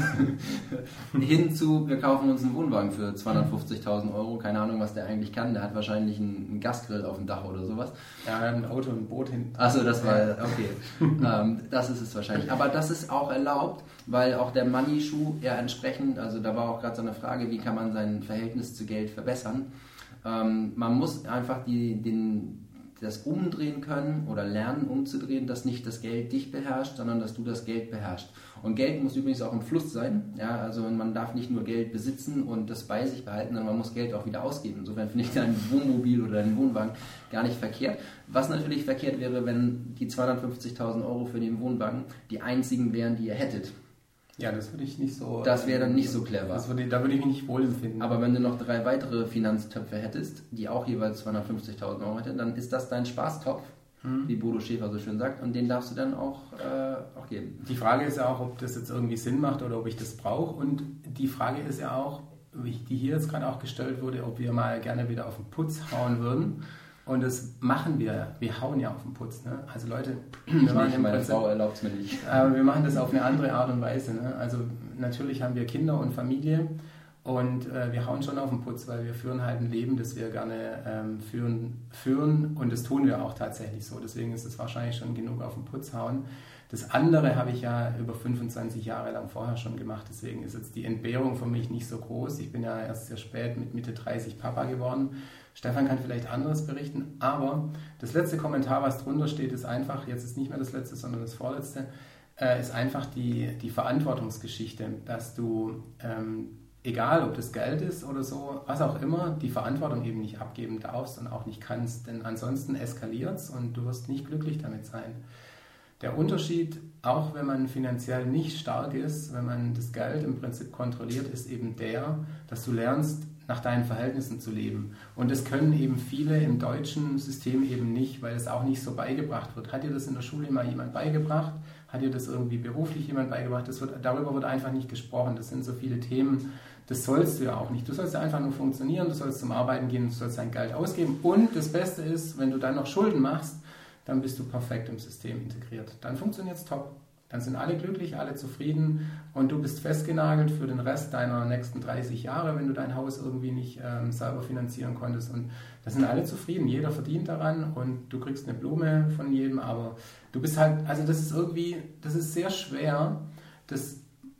hin zu, wir kaufen uns einen Wohnwagen für zweihundertfünfzigtausend Euro, keine Ahnung, was der eigentlich kann, der hat wahrscheinlich einen, einen Gasgrill auf dem Dach oder sowas. Ja, ein Auto und ein Boot hinten. Achso, das war, okay, ähm, das ist es wahrscheinlich. Aber das ist auch erlaubt, weil auch der Money-Schuh ja entsprechend, also da war auch gerade so eine Frage, wie kann man sein Verhältnis zu Geld verbessern. Ähm, man muss einfach die, den, das umdrehen können oder lernen umzudrehen, dass nicht das Geld dich beherrscht, sondern dass du das Geld beherrschst. Und Geld muss übrigens auch im Fluss sein. Ja, also man darf nicht nur Geld besitzen und das bei sich behalten, sondern man muss Geld auch wieder ausgeben. Insofern finde ich dein Wohnmobil oder deinen Wohnwagen gar nicht verkehrt. Was natürlich verkehrt wäre, wenn die zweihundertfünfzigtausend Euro für den Wohnwagen die einzigen wären, die ihr hättet. Ja, das würde ich nicht so... Das wäre dann nicht so clever. Das würde, da würde ich mich nicht wohl empfinden. Aber wenn du noch drei weitere Finanztöpfe hättest, die auch jeweils zweihundertfünfzigtausend Euro hätten, dann ist das dein Spaßtopf, hm. wie Bodo Schäfer so schön sagt, und den darfst du dann auch, äh, auch geben. Die Frage ist ja auch, ob das jetzt irgendwie Sinn macht oder ob ich das brauche. Und die Frage ist ja auch, die hier jetzt gerade auch gestellt wurde, ob wir mal gerne wieder auf den Putz hauen würden. Und das machen wir. Wir hauen ja auf den Putz. Ne? Also Leute, wir machen nicht, meine Prinzip, Frau erlaubt es mir nicht. Äh, wir machen das auf eine andere Art und Weise. Ne? Also natürlich haben wir Kinder und Familie und äh, wir hauen schon auf den Putz, weil wir führen halt ein Leben, das wir gerne ähm, führen, führen und das tun wir auch tatsächlich so. Deswegen ist es wahrscheinlich schon genug auf den Putz hauen. Das andere habe ich ja über fünfundzwanzig Jahre lang vorher schon gemacht. Deswegen ist jetzt die Entbehrung für mich nicht so groß. Ich bin ja erst sehr spät mit Mitte dreißig Papa geworden. Stefan kann vielleicht anderes berichten, aber das letzte Kommentar, was drunter steht, ist einfach, jetzt ist nicht mehr das letzte, sondern das vorletzte, äh, ist einfach die, die Verantwortungsgeschichte, dass du, ähm, egal ob das Geld ist oder so, was auch immer, die Verantwortung eben nicht abgeben darfst und auch nicht kannst, denn ansonsten eskaliert es und du wirst nicht glücklich damit sein. Der Unterschied, auch wenn man finanziell nicht stark ist, wenn man das Geld im Prinzip kontrolliert, ist eben der, dass du lernst, nach deinen Verhältnissen zu leben. Und das können eben viele im deutschen System eben nicht, weil es auch nicht so beigebracht wird. Hat dir das in der Schule mal jemand beigebracht? Hat dir das irgendwie beruflich jemand beigebracht? Das wird, darüber wird einfach nicht gesprochen. Das sind so viele Themen, das sollst du ja auch nicht. Du sollst ja einfach nur funktionieren, du sollst zum Arbeiten gehen, du sollst dein Geld ausgeben. Und das Beste ist, wenn du dann noch Schulden machst, dann bist du perfekt im System integriert. Dann funktioniert es top. Dann sind alle glücklich, alle zufrieden und du bist festgenagelt für den Rest deiner nächsten dreißig Jahre, wenn du dein Haus irgendwie nicht ähm, selber finanzieren konntest. Und da sind alle zufrieden, jeder verdient daran und du kriegst eine Blume von jedem, aber du bist halt, also das ist irgendwie, das ist sehr schwer, das,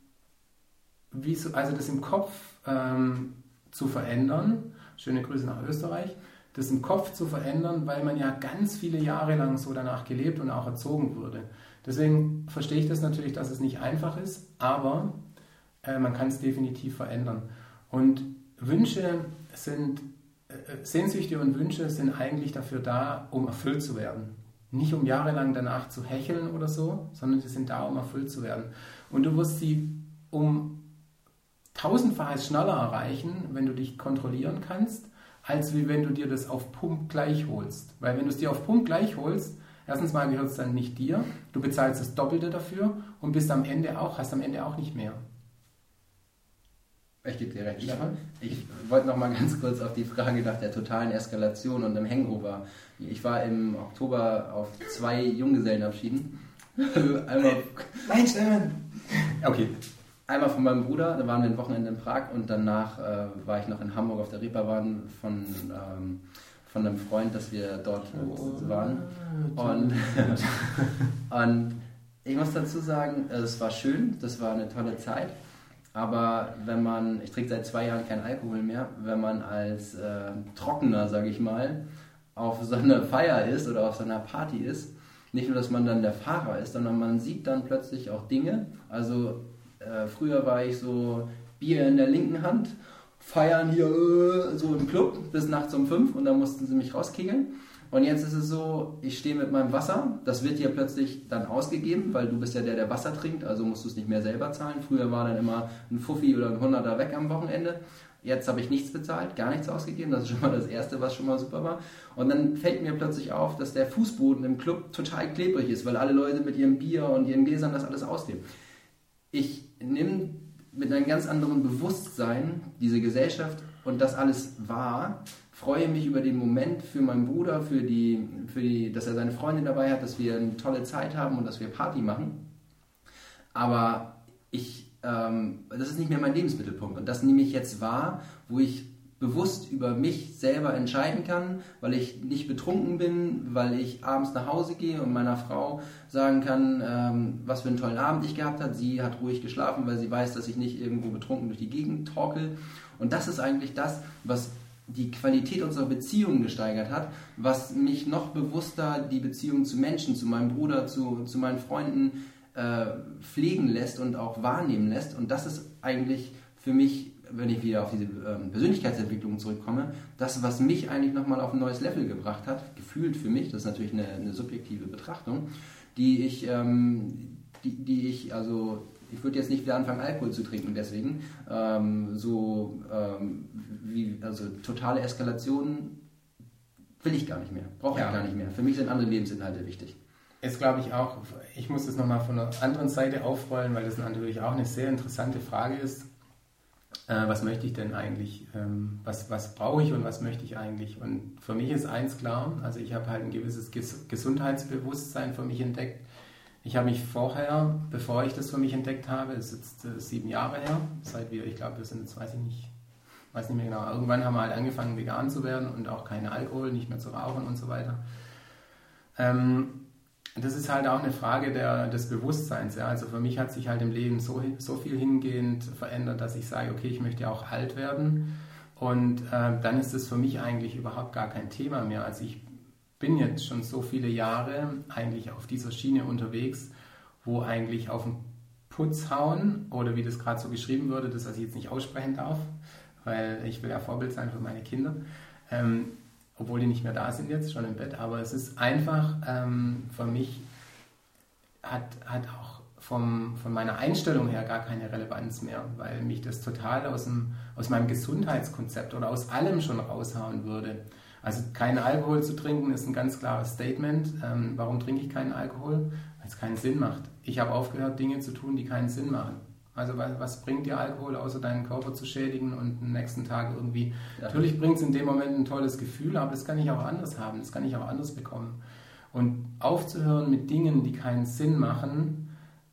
wie so, also das im Kopf ähm, zu verändern. Schöne Grüße nach Österreich. Das im Kopf zu verändern, weil man ja ganz viele Jahre lang so danach gelebt und auch erzogen wurde. Deswegen verstehe ich das natürlich, dass es nicht einfach ist, aber äh, man kann es definitiv verändern. Und Wünsche sind, äh, Sehnsüchte und Wünsche sind eigentlich dafür da, um erfüllt zu werden. Nicht um jahrelang danach zu hecheln oder so, sondern sie sind da, um erfüllt zu werden. Und du wirst sie um tausendfaches schneller erreichen, wenn du dich kontrollieren kannst, als wie wenn du dir das auf Pump gleich holst. Weil wenn du es dir auf Pump gleich holst, erstens mal gehört es dann nicht dir, du bezahlst das Doppelte dafür und bist am Ende auch, hast am Ende auch nicht mehr. Ich gebe dir recht. Ich, ich wollte noch mal ganz kurz auf die Frage nach der totalen Eskalation und dem Hangover. Ich war im Oktober auf zwei Junggesellenabschieden. Einmal, Nein, Stefan! Okay. Einmal von meinem Bruder, da waren wir ein Wochenende in Prag und danach äh, war ich noch in Hamburg auf der Reeperbahn von, ähm, von einem Freund, dass wir dort oh, waren. Und, und ich muss dazu sagen, es war schön, das war eine tolle Zeit. Aber wenn man, ich trinke seit zwei Jahren keinen Alkohol mehr, wenn man als äh, Trockener, sage ich mal, auf so einer Feier ist oder auf so einer Party ist, nicht nur, dass man dann der Fahrer ist, sondern man sieht dann plötzlich auch Dinge. Also äh, früher war ich so Bier in der linken Hand, feiern hier äh, so im Club bis nachts um fünf und dann mussten sie mich rauskegeln. Und jetzt ist es so, ich stehe mit meinem Wasser, das wird dir plötzlich dann ausgegeben, weil du bist ja der, der Wasser trinkt, also musst du es nicht mehr selber zahlen. Früher war dann immer ein Fuffi oder ein Hunderter weg am Wochenende. Jetzt habe ich nichts bezahlt, gar nichts ausgegeben, das ist schon mal das Erste, was schon mal super war. Und dann fällt mir plötzlich auf, dass der Fußboden im Club total klebrig ist, weil alle Leute mit ihrem Bier und ihren Gläsern das alles ausnehmen. Ich nehme mit mit einem ganz anderen Bewusstsein diese Gesellschaft und das alles wahr, freue mich über den Moment für meinen Bruder, für die, für die, dass er seine Freundin dabei hat, dass wir eine tolle Zeit haben und dass wir Party machen. Aber ich, ähm, das ist nicht mehr mein Lebensmittelpunkt. Und das nehme ich jetzt wahr, wo ich bewusst über mich selber entscheiden kann, weil ich nicht betrunken bin, weil ich abends nach Hause gehe und meiner Frau sagen kann, ähm, was für einen tollen Abend ich gehabt habe. Sie hat ruhig geschlafen, weil sie weiß, dass ich nicht irgendwo betrunken durch die Gegend torkel. Und das ist eigentlich das, was die Qualität unserer Beziehung gesteigert hat, was mich noch bewusster die Beziehung zu Menschen, zu meinem Bruder, zu, zu meinen Freunden äh, pflegen lässt und auch wahrnehmen lässt. Und das ist eigentlich für mich, wenn ich wieder auf diese ähm, Persönlichkeitsentwicklung zurückkomme, das, was mich eigentlich nochmal auf ein neues Level gebracht hat, gefühlt für mich, das ist natürlich eine, eine subjektive Betrachtung, die ich, ähm, die, die ich, also ich würde jetzt nicht wieder anfangen, Alkohol zu trinken, deswegen ähm, so ähm, wie, also totale Eskalation will ich gar nicht mehr, brauche ich ja. gar nicht mehr. Für mich sind andere Lebensinhalte wichtig. Jetzt glaube ich auch, ich muss das nochmal von der anderen Seite aufrollen, weil das natürlich auch eine sehr interessante Frage ist. Äh, was möchte ich denn eigentlich? Ähm, was, was brauche ich und was möchte ich eigentlich? Und für mich ist eins klar, also ich habe halt ein gewisses Ges- Gesundheitsbewusstsein für mich entdeckt. Ich habe mich vorher, bevor ich das für mich entdeckt habe, das ist jetzt äh, sieben Jahre her, seit wir, ich glaube, wir sind jetzt, weiß ich nicht, weiß nicht mehr genau, irgendwann haben wir halt angefangen, vegan zu werden und auch keinen Alkohol, nicht mehr zu rauchen und so weiter. Ähm, das ist halt auch eine Frage der, des Bewusstseins. Ja? Also für mich hat sich halt im Leben so, so viel hingehend verändert, dass ich sage, okay, ich möchte auch alt werden. Und äh, dann ist das für mich eigentlich überhaupt gar kein Thema mehr. Also ich bin jetzt schon so viele Jahre eigentlich auf dieser Schiene unterwegs, wo eigentlich auf den Putz hauen, oder wie das gerade so geschrieben wurde, das, was ich jetzt nicht aussprechen darf, weil ich will ja Vorbild sein für meine Kinder, ähm, obwohl die nicht mehr da sind jetzt, schon im Bett, aber es ist einfach, ähm, für mich hat, hat auch vom, von meiner Einstellung her gar keine Relevanz mehr, weil mich das total aus, dem, aus meinem Gesundheitskonzept oder aus allem schon raushauen würde. Also keinen Alkohol zu trinken ist ein ganz klares Statement. Ähm, warum trinke ich keinen Alkohol? Weil es keinen Sinn macht. Ich habe aufgehört, Dinge zu tun, die keinen Sinn machen. Also was, was bringt dir Alkohol, außer deinen Körper zu schädigen und am nächsten Tag irgendwie... Ja. Natürlich bringt es in dem Moment ein tolles Gefühl, aber das kann ich auch anders haben, das kann ich auch anders bekommen. Und aufzuhören mit Dingen, die keinen Sinn machen,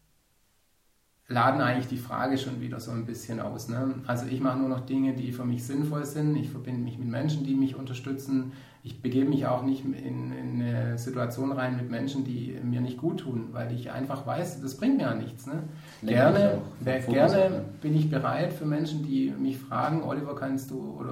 laden eigentlich die Frage schon wieder so ein bisschen aus. Ne? Also ich mache nur noch Dinge, die für mich sinnvoll sind. Ich verbinde mich mit Menschen, die mich unterstützen. Ich begebe mich auch nicht in, in eine Situation rein mit Menschen, die mir nicht gut tun, weil ich einfach weiß, das bringt mir ja nichts. Ne? Gerne, wer, gerne bin ich bereit für Menschen, die mich fragen, Oliver, kannst du, oder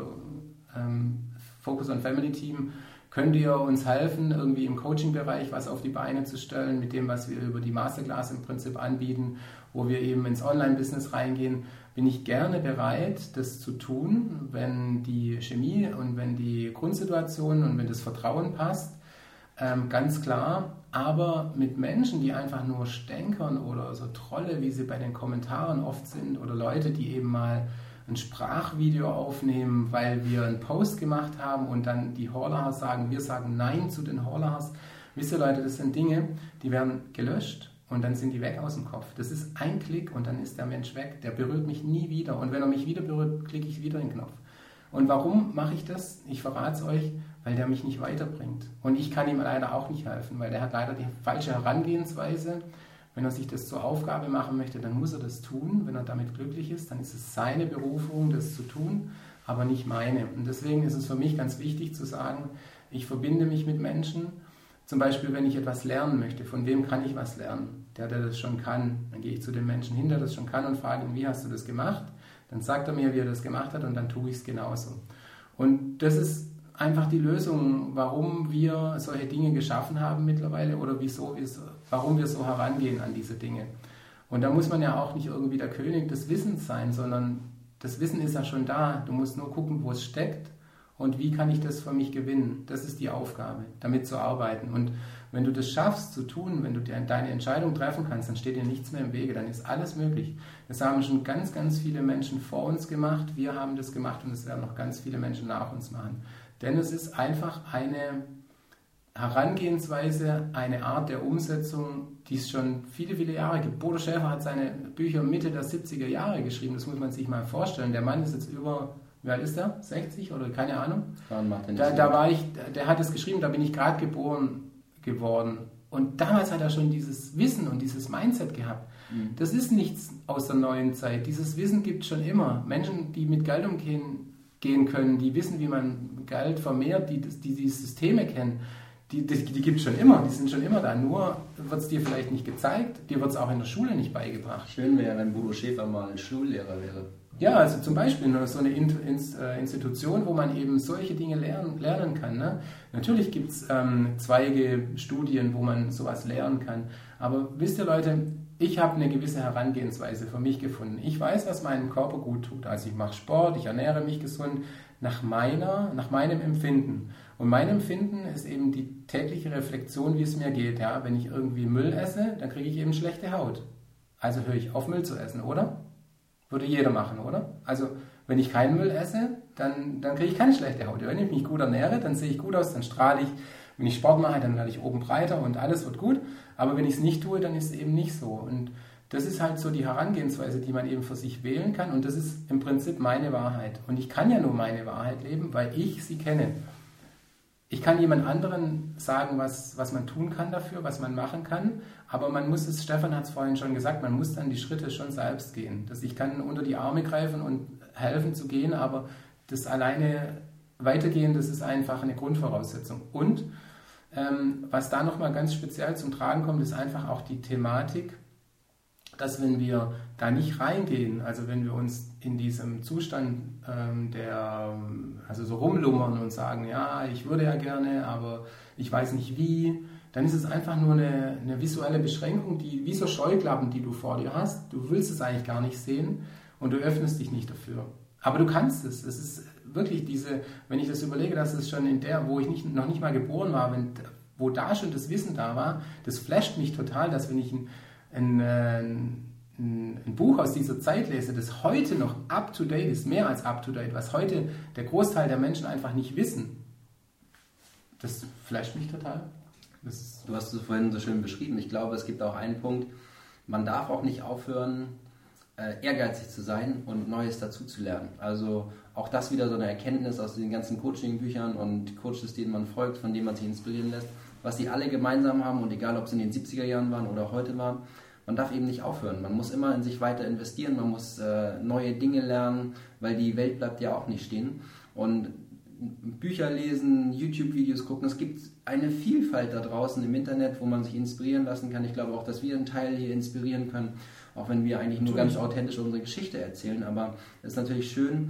ähm, Focus on Family Team, könnt ihr uns helfen, irgendwie im Coaching-Bereich was auf die Beine zu stellen, mit dem, was wir über die Masterclass im Prinzip anbieten, wo wir eben ins Online-Business reingehen, bin ich gerne bereit, das zu tun, wenn die Chemie und wenn die Grundsituation und wenn das Vertrauen passt, ähm, ganz klar. Aber mit Menschen, die einfach nur stänkern oder so Trolle, wie sie bei den Kommentaren oft sind, oder Leute, die eben mal ein Sprachvideo aufnehmen, weil wir einen Post gemacht haben und dann die Horlahers sagen, wir sagen Nein zu den Horlahers. Wisst ihr Leute, das sind Dinge, die werden gelöscht und dann sind die weg aus dem Kopf. Das ist ein Klick und dann ist der Mensch weg. Der berührt mich nie wieder. Und wenn er mich wieder berührt, klicke ich wieder den Knopf. Und warum mache ich das? Ich verrate es euch, weil der mich nicht weiterbringt. Und ich kann ihm leider auch nicht helfen, weil der hat leider die falsche Herangehensweise. Wenn er sich das zur Aufgabe machen möchte, dann muss er das tun. Wenn er damit glücklich ist, dann ist es seine Berufung, das zu tun, aber nicht meine. Und deswegen ist es für mich ganz wichtig zu sagen, ich verbinde mich mit Menschen. Zum Beispiel, wenn ich etwas lernen möchte, von wem kann ich was lernen? Der, der das schon kann. Dann gehe ich zu dem Menschen hin, der das schon kann und frage ihn, wie hast du das gemacht? Dann sagt er mir, wie er das gemacht hat und dann tue ich es genauso. Und das ist einfach die Lösung, warum wir solche Dinge geschaffen haben mittlerweile oder wieso wir so, warum wir so herangehen an diese Dinge. Und da muss man ja auch nicht irgendwie der König des Wissens sein, sondern das Wissen ist ja schon da. Du musst nur gucken, wo es steckt und wie kann ich das für mich gewinnen. Das ist die Aufgabe, damit zu arbeiten. Und wenn du das schaffst zu tun, wenn du deine Entscheidung treffen kannst, dann steht dir nichts mehr im Wege, dann ist alles möglich. Das haben schon ganz, ganz viele Menschen vor uns gemacht. Wir haben das gemacht und es werden noch ganz viele Menschen nach uns machen. Denn es ist einfach eine Herangehensweise, eine Art der Umsetzung, die es schon viele, viele Jahre gibt. Bodo Schäfer hat seine Bücher Mitte der siebziger Jahre geschrieben, das muss man sich mal vorstellen. Der Mann ist jetzt über, wie alt ist der? sechzig oder keine Ahnung? Da, da war ich, der hat es geschrieben, da bin ich gerade geboren geworden. Und damals hat er schon dieses Wissen und dieses Mindset gehabt. Mhm. Das ist nichts aus der neuen Zeit. Dieses Wissen gibt es schon immer. Menschen, die mit Geld umgehen gehen können, die wissen, wie man Geld vermehrt, die, die die Systeme kennen, die, die, die gibt es schon immer, die sind schon immer da. Nur wird es dir vielleicht nicht gezeigt, dir wird es auch in der Schule nicht beigebracht. Schön wäre, wenn Bodo Schäfer mal Schullehrer wäre. Ja, also zum Beispiel so eine Institution, wo man eben solche Dinge lernen, lernen kann. Ne? Natürlich gibt es ähm, Zweige, Studien, wo man sowas lernen kann. Aber wisst ihr Leute, ich habe eine gewisse Herangehensweise für mich gefunden. Ich weiß, was meinem Körper gut tut. Also ich mache Sport, ich ernähre mich gesund nach meiner, nach meinem Empfinden. Und mein Empfinden ist eben die tägliche Reflexion, wie es mir geht. Ja? Wenn ich irgendwie Müll esse, dann kriege ich eben schlechte Haut. Also höre ich auf, Müll zu essen, oder? Würde jeder machen, oder? Also wenn ich keinen Müll esse, dann, dann kriege ich keine schlechte Haut. Wenn ich mich gut ernähre, dann sehe ich gut aus, dann strahle ich. Wenn ich Sport mache, dann werde ich oben breiter und alles wird gut. Aber wenn ich es nicht tue, dann ist es eben nicht so. Und das ist halt so die Herangehensweise, die man eben für sich wählen kann. Und das ist im Prinzip meine Wahrheit. Und ich kann ja nur meine Wahrheit leben, weil ich sie kenne. Ich kann jemand anderen sagen, was, was man tun kann dafür, was man machen kann, aber man muss es, Stefan hat es vorhin schon gesagt, man muss dann die Schritte schon selbst gehen. Das, ich kann unter die Arme greifen und helfen zu gehen, aber das alleine weitergehen, das ist einfach eine Grundvoraussetzung. Und ähm, was da nochmal ganz speziell zum Tragen kommt, ist einfach auch die Thematik, dass wenn wir da nicht reingehen, also wenn wir uns in diesem Zustand ähm, der, also so rumlummern und sagen, ja, ich würde ja gerne, aber ich weiß nicht wie, dann ist es einfach nur eine, eine visuelle Beschränkung, die wie so Scheuklappen, die du vor dir hast. Du willst es eigentlich gar nicht sehen und du öffnest dich nicht dafür. Aber du kannst es. Es ist wirklich diese, wenn ich das überlege, dass es schon in der, wo ich nicht, noch nicht mal geboren war, wenn, wo da schon das Wissen da war, das flasht mich total, dass wenn ich ein Ein, ein, ein Buch aus dieser Zeit lese, das heute noch up-to-date ist, mehr als up-to-date, was heute der Großteil der Menschen einfach nicht wissen, das flasht mich total. Das du hast es vorhin so schön beschrieben. Ich glaube, es gibt auch einen Punkt, man darf auch nicht aufhören, äh, ehrgeizig zu sein und Neues dazu zu lernen. Also auch das wieder so eine Erkenntnis aus den ganzen Coaching-Büchern und Coaches, denen man folgt, von denen man sich inspirieren lässt, was sie alle gemeinsam haben und egal, ob es in den siebziger Jahren waren oder heute waren, man darf eben nicht aufhören. Man muss immer in sich weiter investieren, man muss äh, neue Dinge lernen, weil die Welt bleibt ja auch nicht stehen. Und Bücher lesen, YouTube-Videos gucken, es gibt eine Vielfalt da draußen im Internet, wo man sich inspirieren lassen kann. Ich glaube auch, dass wir einen Teil hier inspirieren können, auch wenn wir eigentlich nur ganz authentisch unsere Geschichte erzählen. Aber es ist natürlich schön,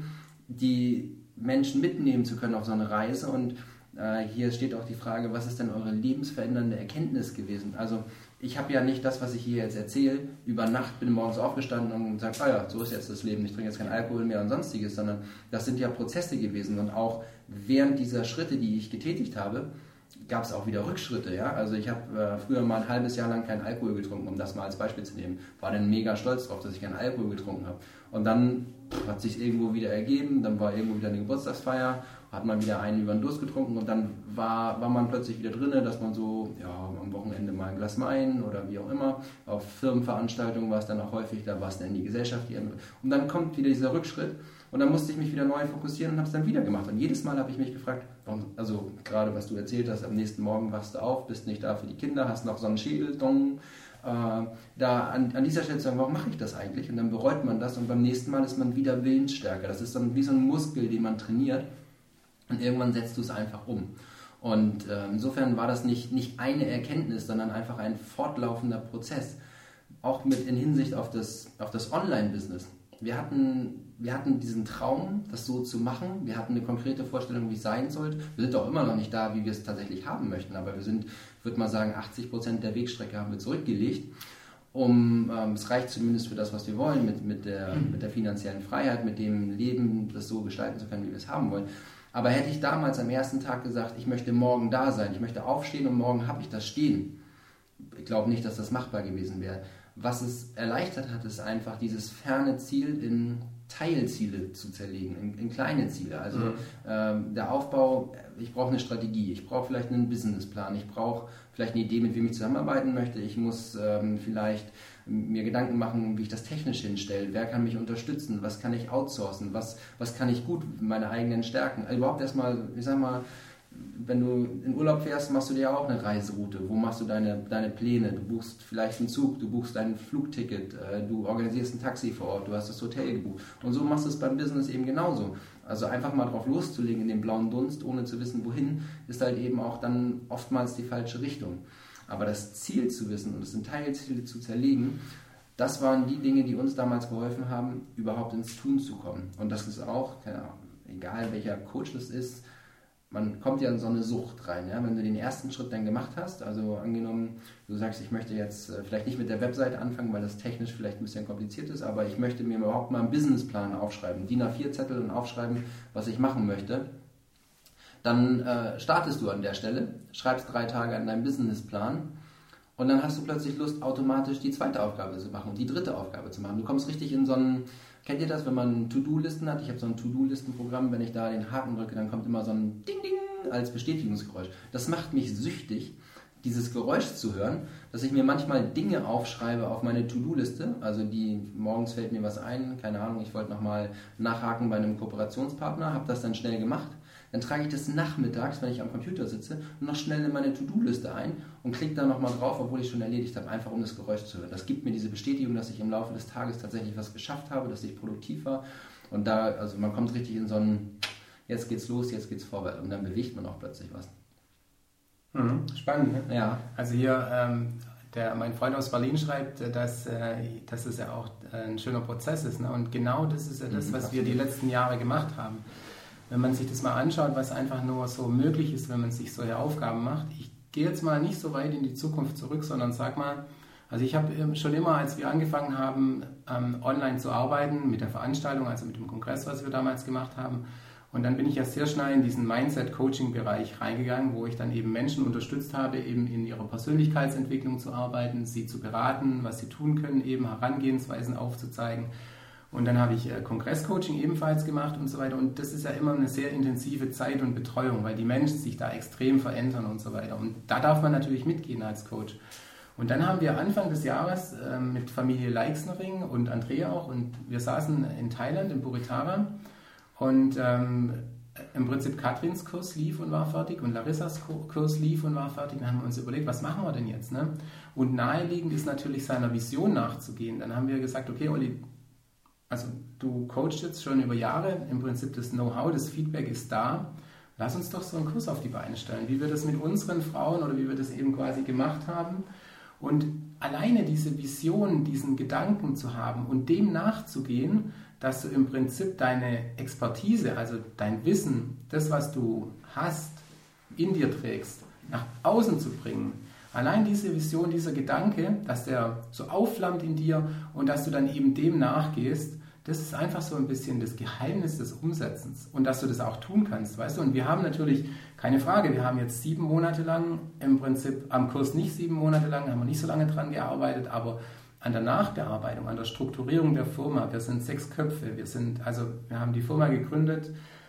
die Menschen mitnehmen zu können auf so eine Reise. Und äh, hier steht auch die Frage, was ist denn eure lebensverändernde Erkenntnis gewesen? Also ich habe ja nicht das, was ich hier jetzt erzähle, über Nacht bin morgens aufgestanden und gesagt, ah ja, so ist jetzt das Leben, ich trinke jetzt keinen Alkohol mehr und sonstiges, sondern das sind ja Prozesse gewesen und auch während dieser Schritte, die ich getätigt habe, gab es auch wieder Rückschritte. Ja? Also ich habe äh, früher mal ein halbes Jahr lang keinen Alkohol getrunken, um das mal als Beispiel zu nehmen. War dann mega stolz drauf, dass ich keinen Alkohol getrunken habe. Und dann pff, hat sich irgendwo wieder ergeben, dann war irgendwo wieder eine Geburtstagsfeier, hat man wieder einen über den Durst getrunken und dann war, war man plötzlich wieder drin, dass man so ja, am Wochenende mal ein Glas Wein oder wie auch immer. Auf Firmenveranstaltungen war es dann auch häufig, da war es dann in die Gesellschaft. Die, und dann kommt wieder dieser Rückschritt und dann musste ich mich wieder neu fokussieren und habe es dann wieder gemacht. Und jedes Mal habe ich mich gefragt, warum, also gerade was du erzählt hast, am nächsten Morgen wachst du auf, bist nicht da für die Kinder, hast noch so einen Schädel, dong, äh, da an, an dieser Stelle zu sagen, warum mache ich das eigentlich? Und dann bereut man das und beim nächsten Mal ist man wieder willensstärker. Das ist dann wie so ein Muskel, den man trainiert. Und irgendwann setzt du es einfach um. Und äh, insofern war das nicht, nicht eine Erkenntnis, sondern einfach ein fortlaufender Prozess. Auch mit in Hinsicht auf das, auf das Online-Business. Wir hatten, wir hatten diesen Traum, das so zu machen. Wir hatten eine konkrete Vorstellung, wie es sein sollte. Wir sind auch immer noch nicht da, wie wir es tatsächlich haben möchten. Aber wir sind, ich würde mal sagen, achtzig Prozent der Wegstrecke haben wir zurückgelegt. Um, ähm, es reicht zumindest für das, was wir wollen, mit, mit, der, mit der finanziellen Freiheit, mit dem Leben, das so gestalten zu können, wie wir es haben wollen. Aber hätte ich damals am ersten Tag gesagt, ich möchte morgen da sein, ich möchte aufstehen und morgen habe ich das stehen. Ich glaube nicht, dass das machbar gewesen wäre. was es erleichtert hat, ist einfach dieses ferne Ziel in Teilziele zu zerlegen, in, in kleine Ziele. Also mhm. ähm, der Aufbau, ich brauche eine Strategie, ich brauche vielleicht einen Businessplan, ich brauche vielleicht eine Idee, mit wem ich zusammenarbeiten möchte, ich muss ähm, vielleicht mir Gedanken machen, wie ich das technisch hinstelle, wer kann mich unterstützen, was kann ich outsourcen, was, was kann ich gut, meine eigenen Stärken. Also überhaupt erstmal, ich sag mal, wenn du in Urlaub fährst, machst du dir auch eine Reiseroute. Wo machst du deine, deine Pläne? Du buchst vielleicht einen Zug, du buchst dein Flugticket, du organisierst ein Taxi vor Ort, du hast das Hotel gebucht. Und so machst du es beim Business eben genauso. Also einfach mal drauf loszulegen in den blauen Dunst, ohne zu wissen, wohin, ist halt eben auch dann oftmals die falsche Richtung. Aber das Ziel zu wissen und es in Teilziele zu zerlegen, das waren die Dinge, die uns damals geholfen haben, überhaupt ins Tun zu kommen. Und das ist auch, keine Ahnung, egal welcher Coach das ist, man kommt ja in so eine Sucht rein. Ja? Wenn du den ersten Schritt dann gemacht hast, also angenommen, du sagst, ich möchte jetzt äh, vielleicht nicht mit der Webseite anfangen, weil das technisch vielleicht ein bisschen kompliziert ist, aber ich möchte mir überhaupt mal einen Businessplan aufschreiben, D I N A vier Zettel und aufschreiben, was ich machen möchte, dann äh, startest du an der Stelle, schreibst drei Tage an deinem Businessplan und dann hast du plötzlich Lust, automatisch die zweite Aufgabe zu machen und die dritte Aufgabe zu machen. Du kommst richtig in so einen, kennt ihr das, wenn man To-Do-Listen hat? Ich habe so ein To-Do-Listen-Programm, wenn ich da den Haken drücke, dann kommt immer so ein Ding-Ding als Bestätigungsgeräusch. Das macht mich süchtig, dieses Geräusch zu hören, dass ich mir manchmal Dinge aufschreibe auf meine To-Do-Liste, also die, morgens fällt mir was ein, keine Ahnung, ich wollte nochmal nachhaken bei einem Kooperationspartner, habe das dann schnell gemacht. Dann trage ich das nachmittags, wenn ich am Computer sitze, noch schnell in meine To-Do-Liste ein und klicke da nochmal drauf, obwohl ich schon erledigt habe, einfach um das Geräusch zu hören. Das gibt mir diese Bestätigung, dass ich im Laufe des Tages tatsächlich was geschafft habe, dass ich produktiv war. Und da, also man kommt richtig in so einen, jetzt geht's los, jetzt geht's vorwärts. Und dann bewegt man auch plötzlich was. Mhm. Spannend, ne? Ja. Also hier, ähm, der, mein Freund aus Berlin schreibt, dass, äh, dass es ja auch ein schöner Prozess ist. Ne? Und genau das ist ja das, was wir die letzten Jahre gemacht haben. Wenn man sich das mal anschaut, was einfach nur so möglich ist, wenn man sich solche Aufgaben macht. Ich gehe jetzt mal nicht so weit in die Zukunft zurück, sondern sag mal, also ich habe schon immer, als wir angefangen haben, ähm, online zu arbeiten, mit der Veranstaltung, also mit dem Kongress, was wir damals gemacht haben, und dann bin ich ja sehr schnell in diesen Mindset-Coaching-Bereich reingegangen, wo ich dann eben Menschen unterstützt habe, eben in ihrer Persönlichkeitsentwicklung zu arbeiten, sie zu beraten, was sie tun können, eben Herangehensweisen aufzuzeigen. Und dann habe ich Kongresscoaching ebenfalls gemacht und so weiter. Und das ist ja immer eine sehr intensive Zeit und Betreuung, weil die Menschen sich da extrem verändern und so weiter. Und da darf man natürlich mitgehen als Coach. Und dann haben wir Anfang des Jahres äh, mit Familie Leixnering und Andrea auch, und wir saßen in Thailand, in Buritara, und ähm, im Prinzip Katrins Kurs lief und war fertig und Larissas Kurs lief und war fertig. Dann haben wir uns überlegt, was machen wir denn jetzt? Ne? Und naheliegend ist natürlich seiner Vision nachzugehen. Dann haben wir gesagt, okay, Olli, also du coachst jetzt schon über Jahre, im Prinzip das Know-how, das Feedback ist da. Lass uns doch so einen Kurs auf die Beine stellen, wie wir das mit unseren Frauen oder wie wir das eben quasi gemacht haben. Und alleine diese Vision, diesen Gedanken zu haben und dem nachzugehen, dass du im Prinzip deine Expertise, also dein Wissen, das, was du hast, in dir trägst, nach außen zu bringen. Allein diese Vision, dieser Gedanke, dass der so aufflammt in dir und dass du dann eben dem nachgehst, das ist einfach so ein bisschen das Geheimnis des Umsetzens und dass du das auch tun kannst, weißt du. Und wir haben natürlich, keine Frage, wir haben jetzt sieben Monate lang, im Prinzip am Kurs nicht sieben Monate lang, haben wir nicht so lange dran gearbeitet, aber an der Nachbearbeitung, an der Strukturierung der Firma, wir sind sechs Köpfe, wir sind, also wir haben die Firma gegründet,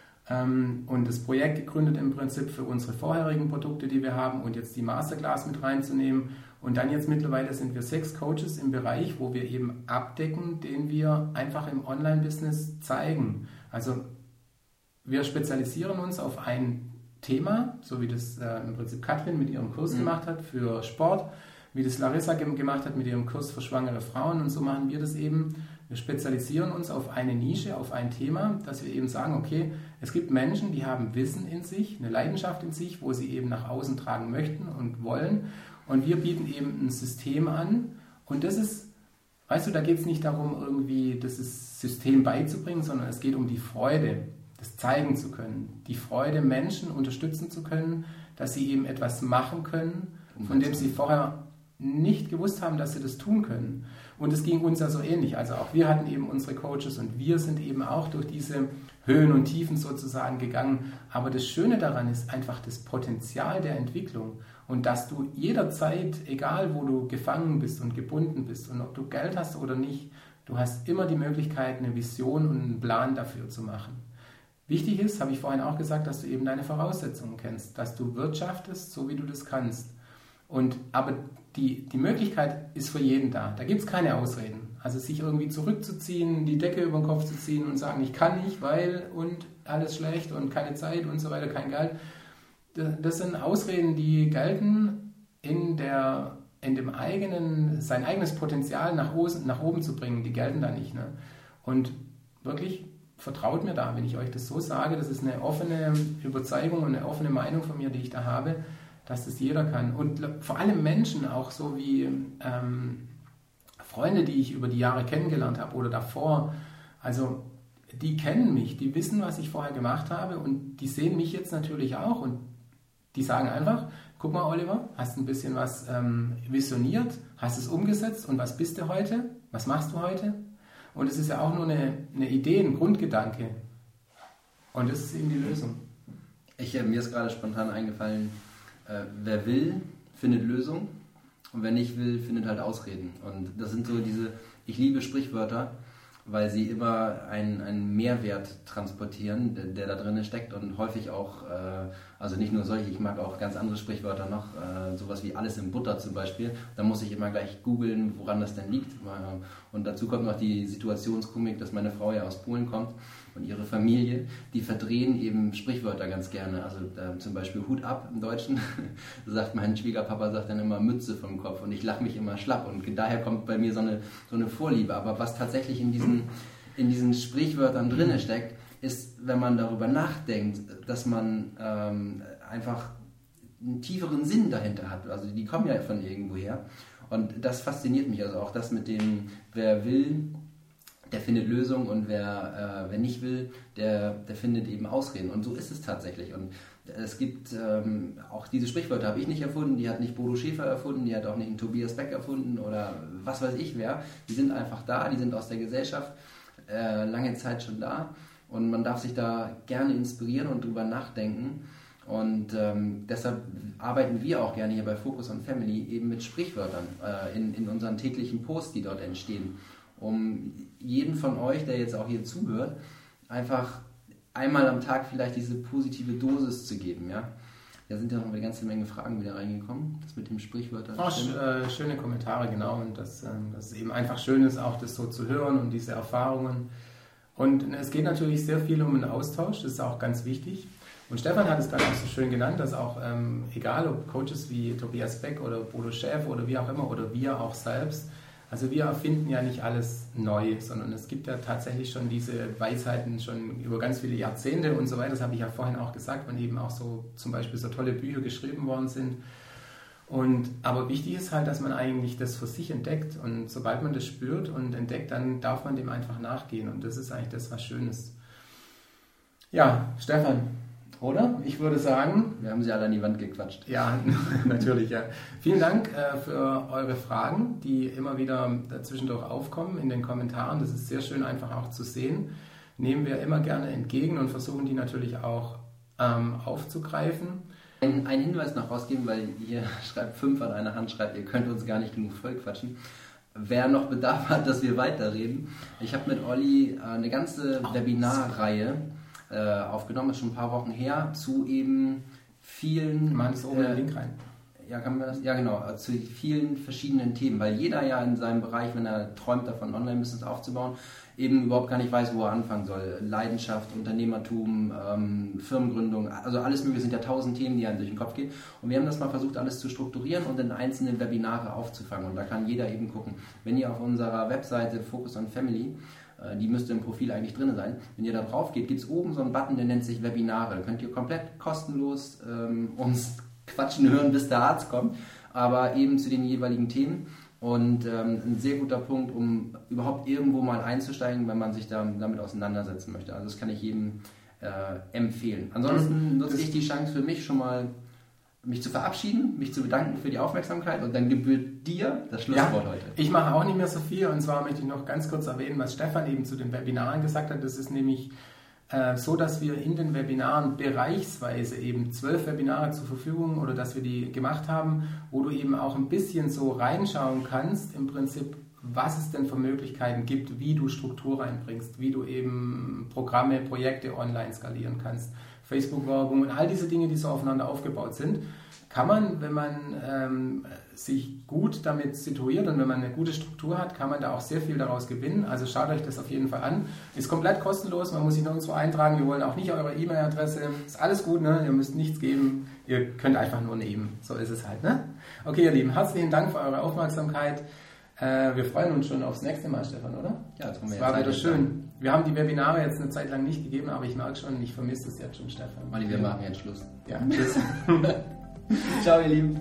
und das Projekt gegründet im Prinzip für unsere vorherigen Produkte, die wir haben, und jetzt die Masterclass mit reinzunehmen. Und dann jetzt mittlerweile sind wir sechs Coaches im Bereich, wo wir eben abdecken, den wir einfach im Online-Business zeigen. Also wir spezialisieren uns auf ein Thema, so wie das äh, im Prinzip Katrin mit ihrem Kurs mhm. gemacht hat für Sport, wie das Larissa gemacht hat mit ihrem Kurs für schwangere Frauen, und so machen wir das eben. Wir spezialisieren uns auf eine Nische, auf ein Thema, dass wir eben sagen, okay, es gibt Menschen, die haben Wissen in sich, eine Leidenschaft in sich, wo sie eben nach außen tragen möchten und wollen. Und wir bieten eben ein System an. Und das ist, weißt du, da geht es nicht darum, irgendwie das System beizubringen, sondern es geht um die Freude, das zeigen zu können. Die Freude, Menschen unterstützen zu können, dass sie eben etwas machen können, von dem sie vorher nicht gewusst haben, dass sie das tun können. Und es ging uns ja so ähnlich. Also auch wir hatten eben unsere Coaches und wir sind eben auch durch diese Höhen und Tiefen sozusagen gegangen. Aber das Schöne daran ist einfach das Potenzial der Entwicklung und dass du jederzeit, egal wo du gefangen bist und gebunden bist und ob du Geld hast oder nicht, du hast immer die Möglichkeit, eine Vision und einen Plan dafür zu machen. Wichtig ist, habe ich vorhin auch gesagt, dass du eben deine Voraussetzungen kennst, dass du wirtschaftest, so wie du das kannst. Und, aber die, die Möglichkeit ist für jeden da. Da gibt es keine Ausreden. Also sich irgendwie zurückzuziehen, die Decke über den Kopf zu ziehen und sagen, ich kann nicht, weil und alles schlecht und keine Zeit und so weiter, kein Geld. Das sind Ausreden, die gelten, in, der, in dem eigenen, sein eigenes Potenzial nach, oben, nach oben zu bringen. Die gelten da nicht. Ne? Und wirklich, vertraut mir da, wenn ich euch das so sage, das ist eine offene Überzeugung und eine offene Meinung von mir, die ich da habe, dass das jeder kann. Und vor allem Menschen, auch so wie ähm, Freunde, die ich über die Jahre kennengelernt habe oder davor, also die kennen mich, die wissen, was ich vorher gemacht habe und die sehen mich jetzt natürlich auch und die sagen einfach, guck mal Oliver, hast ein bisschen was ähm, visioniert, hast es umgesetzt und was bist du heute? Was machst du heute? Und es ist ja auch nur eine, eine Idee, ein Grundgedanke. Und das ist eben die Lösung. Ich, äh, mir ist gerade spontan eingefallen, äh, wer will, findet Lösung. Und wer nicht will, findet halt Ausreden. Und das sind so diese, ich liebe Sprichwörter, weil sie immer einen, einen Mehrwert transportieren, der, der da drin steckt und häufig auch, äh, also nicht nur solche, ich mag auch ganz andere Sprichwörter noch, äh, sowas wie alles in Butter zum Beispiel. Da muss ich immer gleich googeln, woran das denn liegt. Und dazu kommt noch die Situationskomik, dass meine Frau ja aus Polen kommt und ihre Familie, die verdrehen eben Sprichwörter ganz gerne. Also äh, zum Beispiel Hut ab im Deutschen, sagt mein Schwiegerpapa, sagt dann immer Mütze vom Kopf und ich lache mich immer schlapp und daher kommt bei mir so eine, so eine Vorliebe. Aber was tatsächlich in diesen, in diesen Sprichwörtern drin steckt, ist, wenn man darüber nachdenkt, dass man ähm, einfach einen tieferen Sinn dahinter hat. Also die kommen ja von irgendwoher und das fasziniert mich. Also auch das mit dem, wer will, der findet Lösungen und wer, äh, wer nicht will, der, der findet eben Ausreden. Und so ist es tatsächlich. Und es gibt ähm, auch diese Sprichwörter, habe ich nicht erfunden, die hat nicht Bodo Schäfer erfunden, die hat auch nicht ein Tobias Beck erfunden oder was weiß ich wer. Die sind einfach da, die sind aus der Gesellschaft äh, lange Zeit schon da und man darf sich da gerne inspirieren und drüber nachdenken. Und ähm, deshalb arbeiten wir auch gerne hier bei Focus on Family eben mit Sprichwörtern äh, in, in unseren täglichen Posts, die dort entstehen, um jeden von euch, der jetzt auch hier zuhört, einfach einmal am Tag vielleicht diese positive Dosis zu geben. Ja? Da sind ja noch eine ganze Menge Fragen wieder reingekommen, das mit dem Sprichwörter. Oh, sch- äh, schöne Kommentare, genau. Und dass äh, das eben einfach schön ist, auch das so zu hören und diese Erfahrungen. Und es geht natürlich sehr viel um einen Austausch, das ist auch ganz wichtig. Und Stefan hat es gerade auch so schön genannt, dass auch, ähm, egal ob Coaches wie Tobias Beck oder Bodo Schäfer oder wie auch immer, oder wir auch selbst, also wir erfinden ja nicht alles neu, sondern es gibt ja tatsächlich schon diese Weisheiten schon über ganz viele Jahrzehnte und so weiter. Das habe ich ja vorhin auch gesagt, wenn eben auch so zum Beispiel so tolle Bücher geschrieben worden sind. Und, aber wichtig ist halt, dass man eigentlich das für sich entdeckt und sobald man das spürt und entdeckt, dann darf man dem einfach nachgehen und das ist eigentlich das, was schön ist. Ja, Stefan, oder? Ich würde sagen... Wir haben sie alle an die Wand gequatscht. Ja, natürlich, ja. Vielen Dank äh, für eure Fragen, die immer wieder dazwischendurch aufkommen in den Kommentaren. Das ist sehr schön einfach auch zu sehen. Nehmen wir immer gerne entgegen und versuchen die natürlich auch ähm, aufzugreifen. Ein, ein Hinweis noch rausgeben, weil ihr schreibt fünf an einer Hand, schreibt, ihr könnt uns gar nicht genug voll quatschen. Wer noch Bedarf hat, dass wir weiterreden, ich habe mit Olli äh, eine ganze oh, Webinarreihe äh, aufgenommen, ist schon ein paar Wochen her, zu eben vielen... Man ist oben äh, den Link rein. Ja, kann man das? Ja, genau, zu vielen verschiedenen Themen, weil jeder ja in seinem Bereich, wenn er träumt davon, Online-Business aufzubauen, eben überhaupt gar nicht weiß, wo er anfangen soll. Leidenschaft, Unternehmertum, ähm, Firmengründung, also alles mögliche, sind ja tausend Themen, die einem durch den Kopf gehen. Und wir haben das mal versucht, alles zu strukturieren und in einzelne Webinare aufzufangen. Und da kann jeder eben gucken. Wenn ihr auf unserer Webseite Focus on Family, äh, die müsste im Profil eigentlich drin sein, wenn ihr da drauf geht, gibt es oben so einen Button, der nennt sich Webinare. Da könnt ihr komplett kostenlos ähm, uns quatschen hören, bis der Arzt kommt, aber eben zu den jeweiligen Themen. Und ähm, ein sehr guter Punkt, um überhaupt irgendwo mal einzusteigen, wenn man sich da, damit auseinandersetzen möchte. Also das kann ich jedem äh, empfehlen. Ansonsten nutze ich die Chance für mich schon mal, mich zu verabschieden, mich zu bedanken für die Aufmerksamkeit und dann gebührt dir das Schlusswort ja, heute. Ich mache auch nicht mehr so viel und zwar möchte ich noch ganz kurz erwähnen, was Stefan eben zu den Webinaren gesagt hat. Das ist nämlich äh, so, dass wir in den Webinaren bereichsweise eben zwölf Webinare zur Verfügung oder dass wir die gemacht haben, wo du eben auch ein bisschen so reinschauen kannst, im Prinzip, was es denn für Möglichkeiten gibt, wie du Struktur reinbringst, wie du eben Programme, Projekte online skalieren kannst, Facebook-Werbung und all diese Dinge, die so aufeinander aufgebaut sind, kann man, wenn man ähm, sich gut damit situiert und wenn man eine gute Struktur hat, kann man da auch sehr viel daraus gewinnen. Also schaut euch das auf jeden Fall an. Ist komplett kostenlos, man muss sich nirgendwo eintragen, wir wollen auch nicht eure E-Mail-Adresse. Ist alles gut, ne? Ihr müsst nichts geben, ihr könnt einfach nur nehmen. So ist es halt. Ne? Okay, ihr Lieben, herzlichen Dank für eure Aufmerksamkeit. Äh, wir freuen uns schon aufs nächste Mal, Stefan, oder? Ja, das war wieder schön. Wir haben die Webinare jetzt eine Zeit lang nicht gegeben, aber ich merke schon, ich vermisse es jetzt schon, Stefan. Mali, wir machen jetzt Schluss. Ja, tschüss. Ciao, ihr Lieben.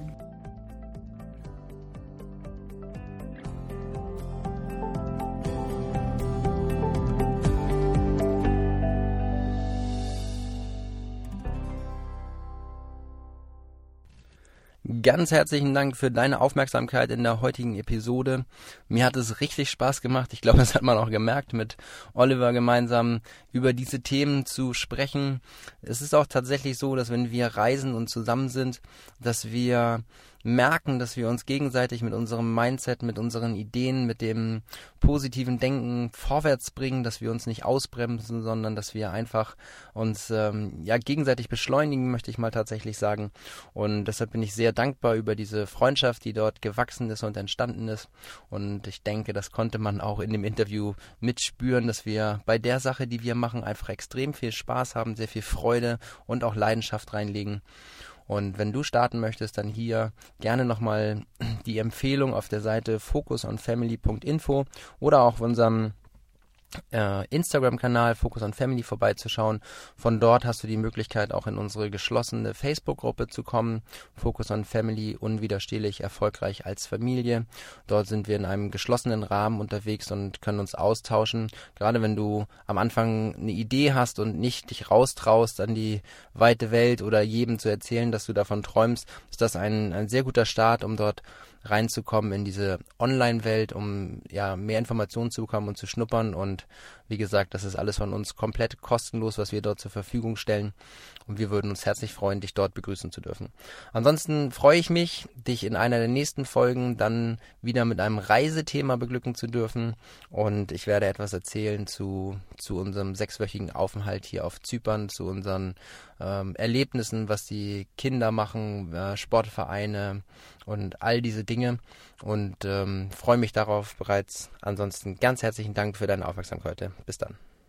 Ganz herzlichen Dank für deine Aufmerksamkeit in der heutigen Episode. Mir hat es richtig Spaß gemacht. Ich glaube, das hat man auch gemerkt, mit Oliver gemeinsam über diese Themen zu sprechen. Es ist auch tatsächlich so, dass wenn wir reisen und zusammen sind, dass wir merken, dass wir uns gegenseitig mit unserem Mindset, mit unseren Ideen, mit dem positiven Denken vorwärts bringen, dass wir uns nicht ausbremsen, sondern dass wir einfach uns ähm, ja gegenseitig beschleunigen, möchte ich mal tatsächlich sagen. Und deshalb bin ich sehr dankbar über diese Freundschaft, die dort gewachsen ist und entstanden ist. Und ich denke, das konnte man auch in dem Interview mitspüren, dass wir bei der Sache, die wir machen, einfach extrem viel Spaß haben, sehr viel Freude und auch Leidenschaft reinlegen. Und wenn du starten möchtest, dann hier gerne nochmal die Empfehlung auf der Seite focus on family punkt info oder auch auf unserem äh, Instagram-Kanal Focus on Family vorbeizuschauen. Von dort hast du die Möglichkeit, auch in unsere geschlossene Facebook-Gruppe zu kommen. Focus on Family, unwiderstehlich, erfolgreich als Familie. Dort sind wir in einem geschlossenen Rahmen unterwegs und können uns austauschen. Gerade wenn du am Anfang eine Idee hast und nicht dich raustraust an die weite Welt oder jedem zu erzählen, dass du davon träumst, ist das ein, ein sehr guter Start, um dort reinzukommen in diese Online-Welt, um ja mehr Informationen zu bekommen und zu schnuppern. Und wie gesagt, das ist alles von uns komplett kostenlos, was wir dort zur Verfügung stellen. Und wir würden uns herzlich freuen, dich dort begrüßen zu dürfen. Ansonsten freue ich mich, dich in einer der nächsten Folgen dann wieder mit einem Reisethema beglücken zu dürfen. Und ich werde etwas erzählen zu, zu unserem sechswöchigen Aufenthalt hier auf Zypern, zu unseren ähm, Erlebnissen, was die Kinder machen, äh, Sportvereine und all diese Dinge. Und ähm, freue mich darauf bereits. Ansonsten ganz herzlichen Dank für deine Aufmerksamkeit heute. Bis dann.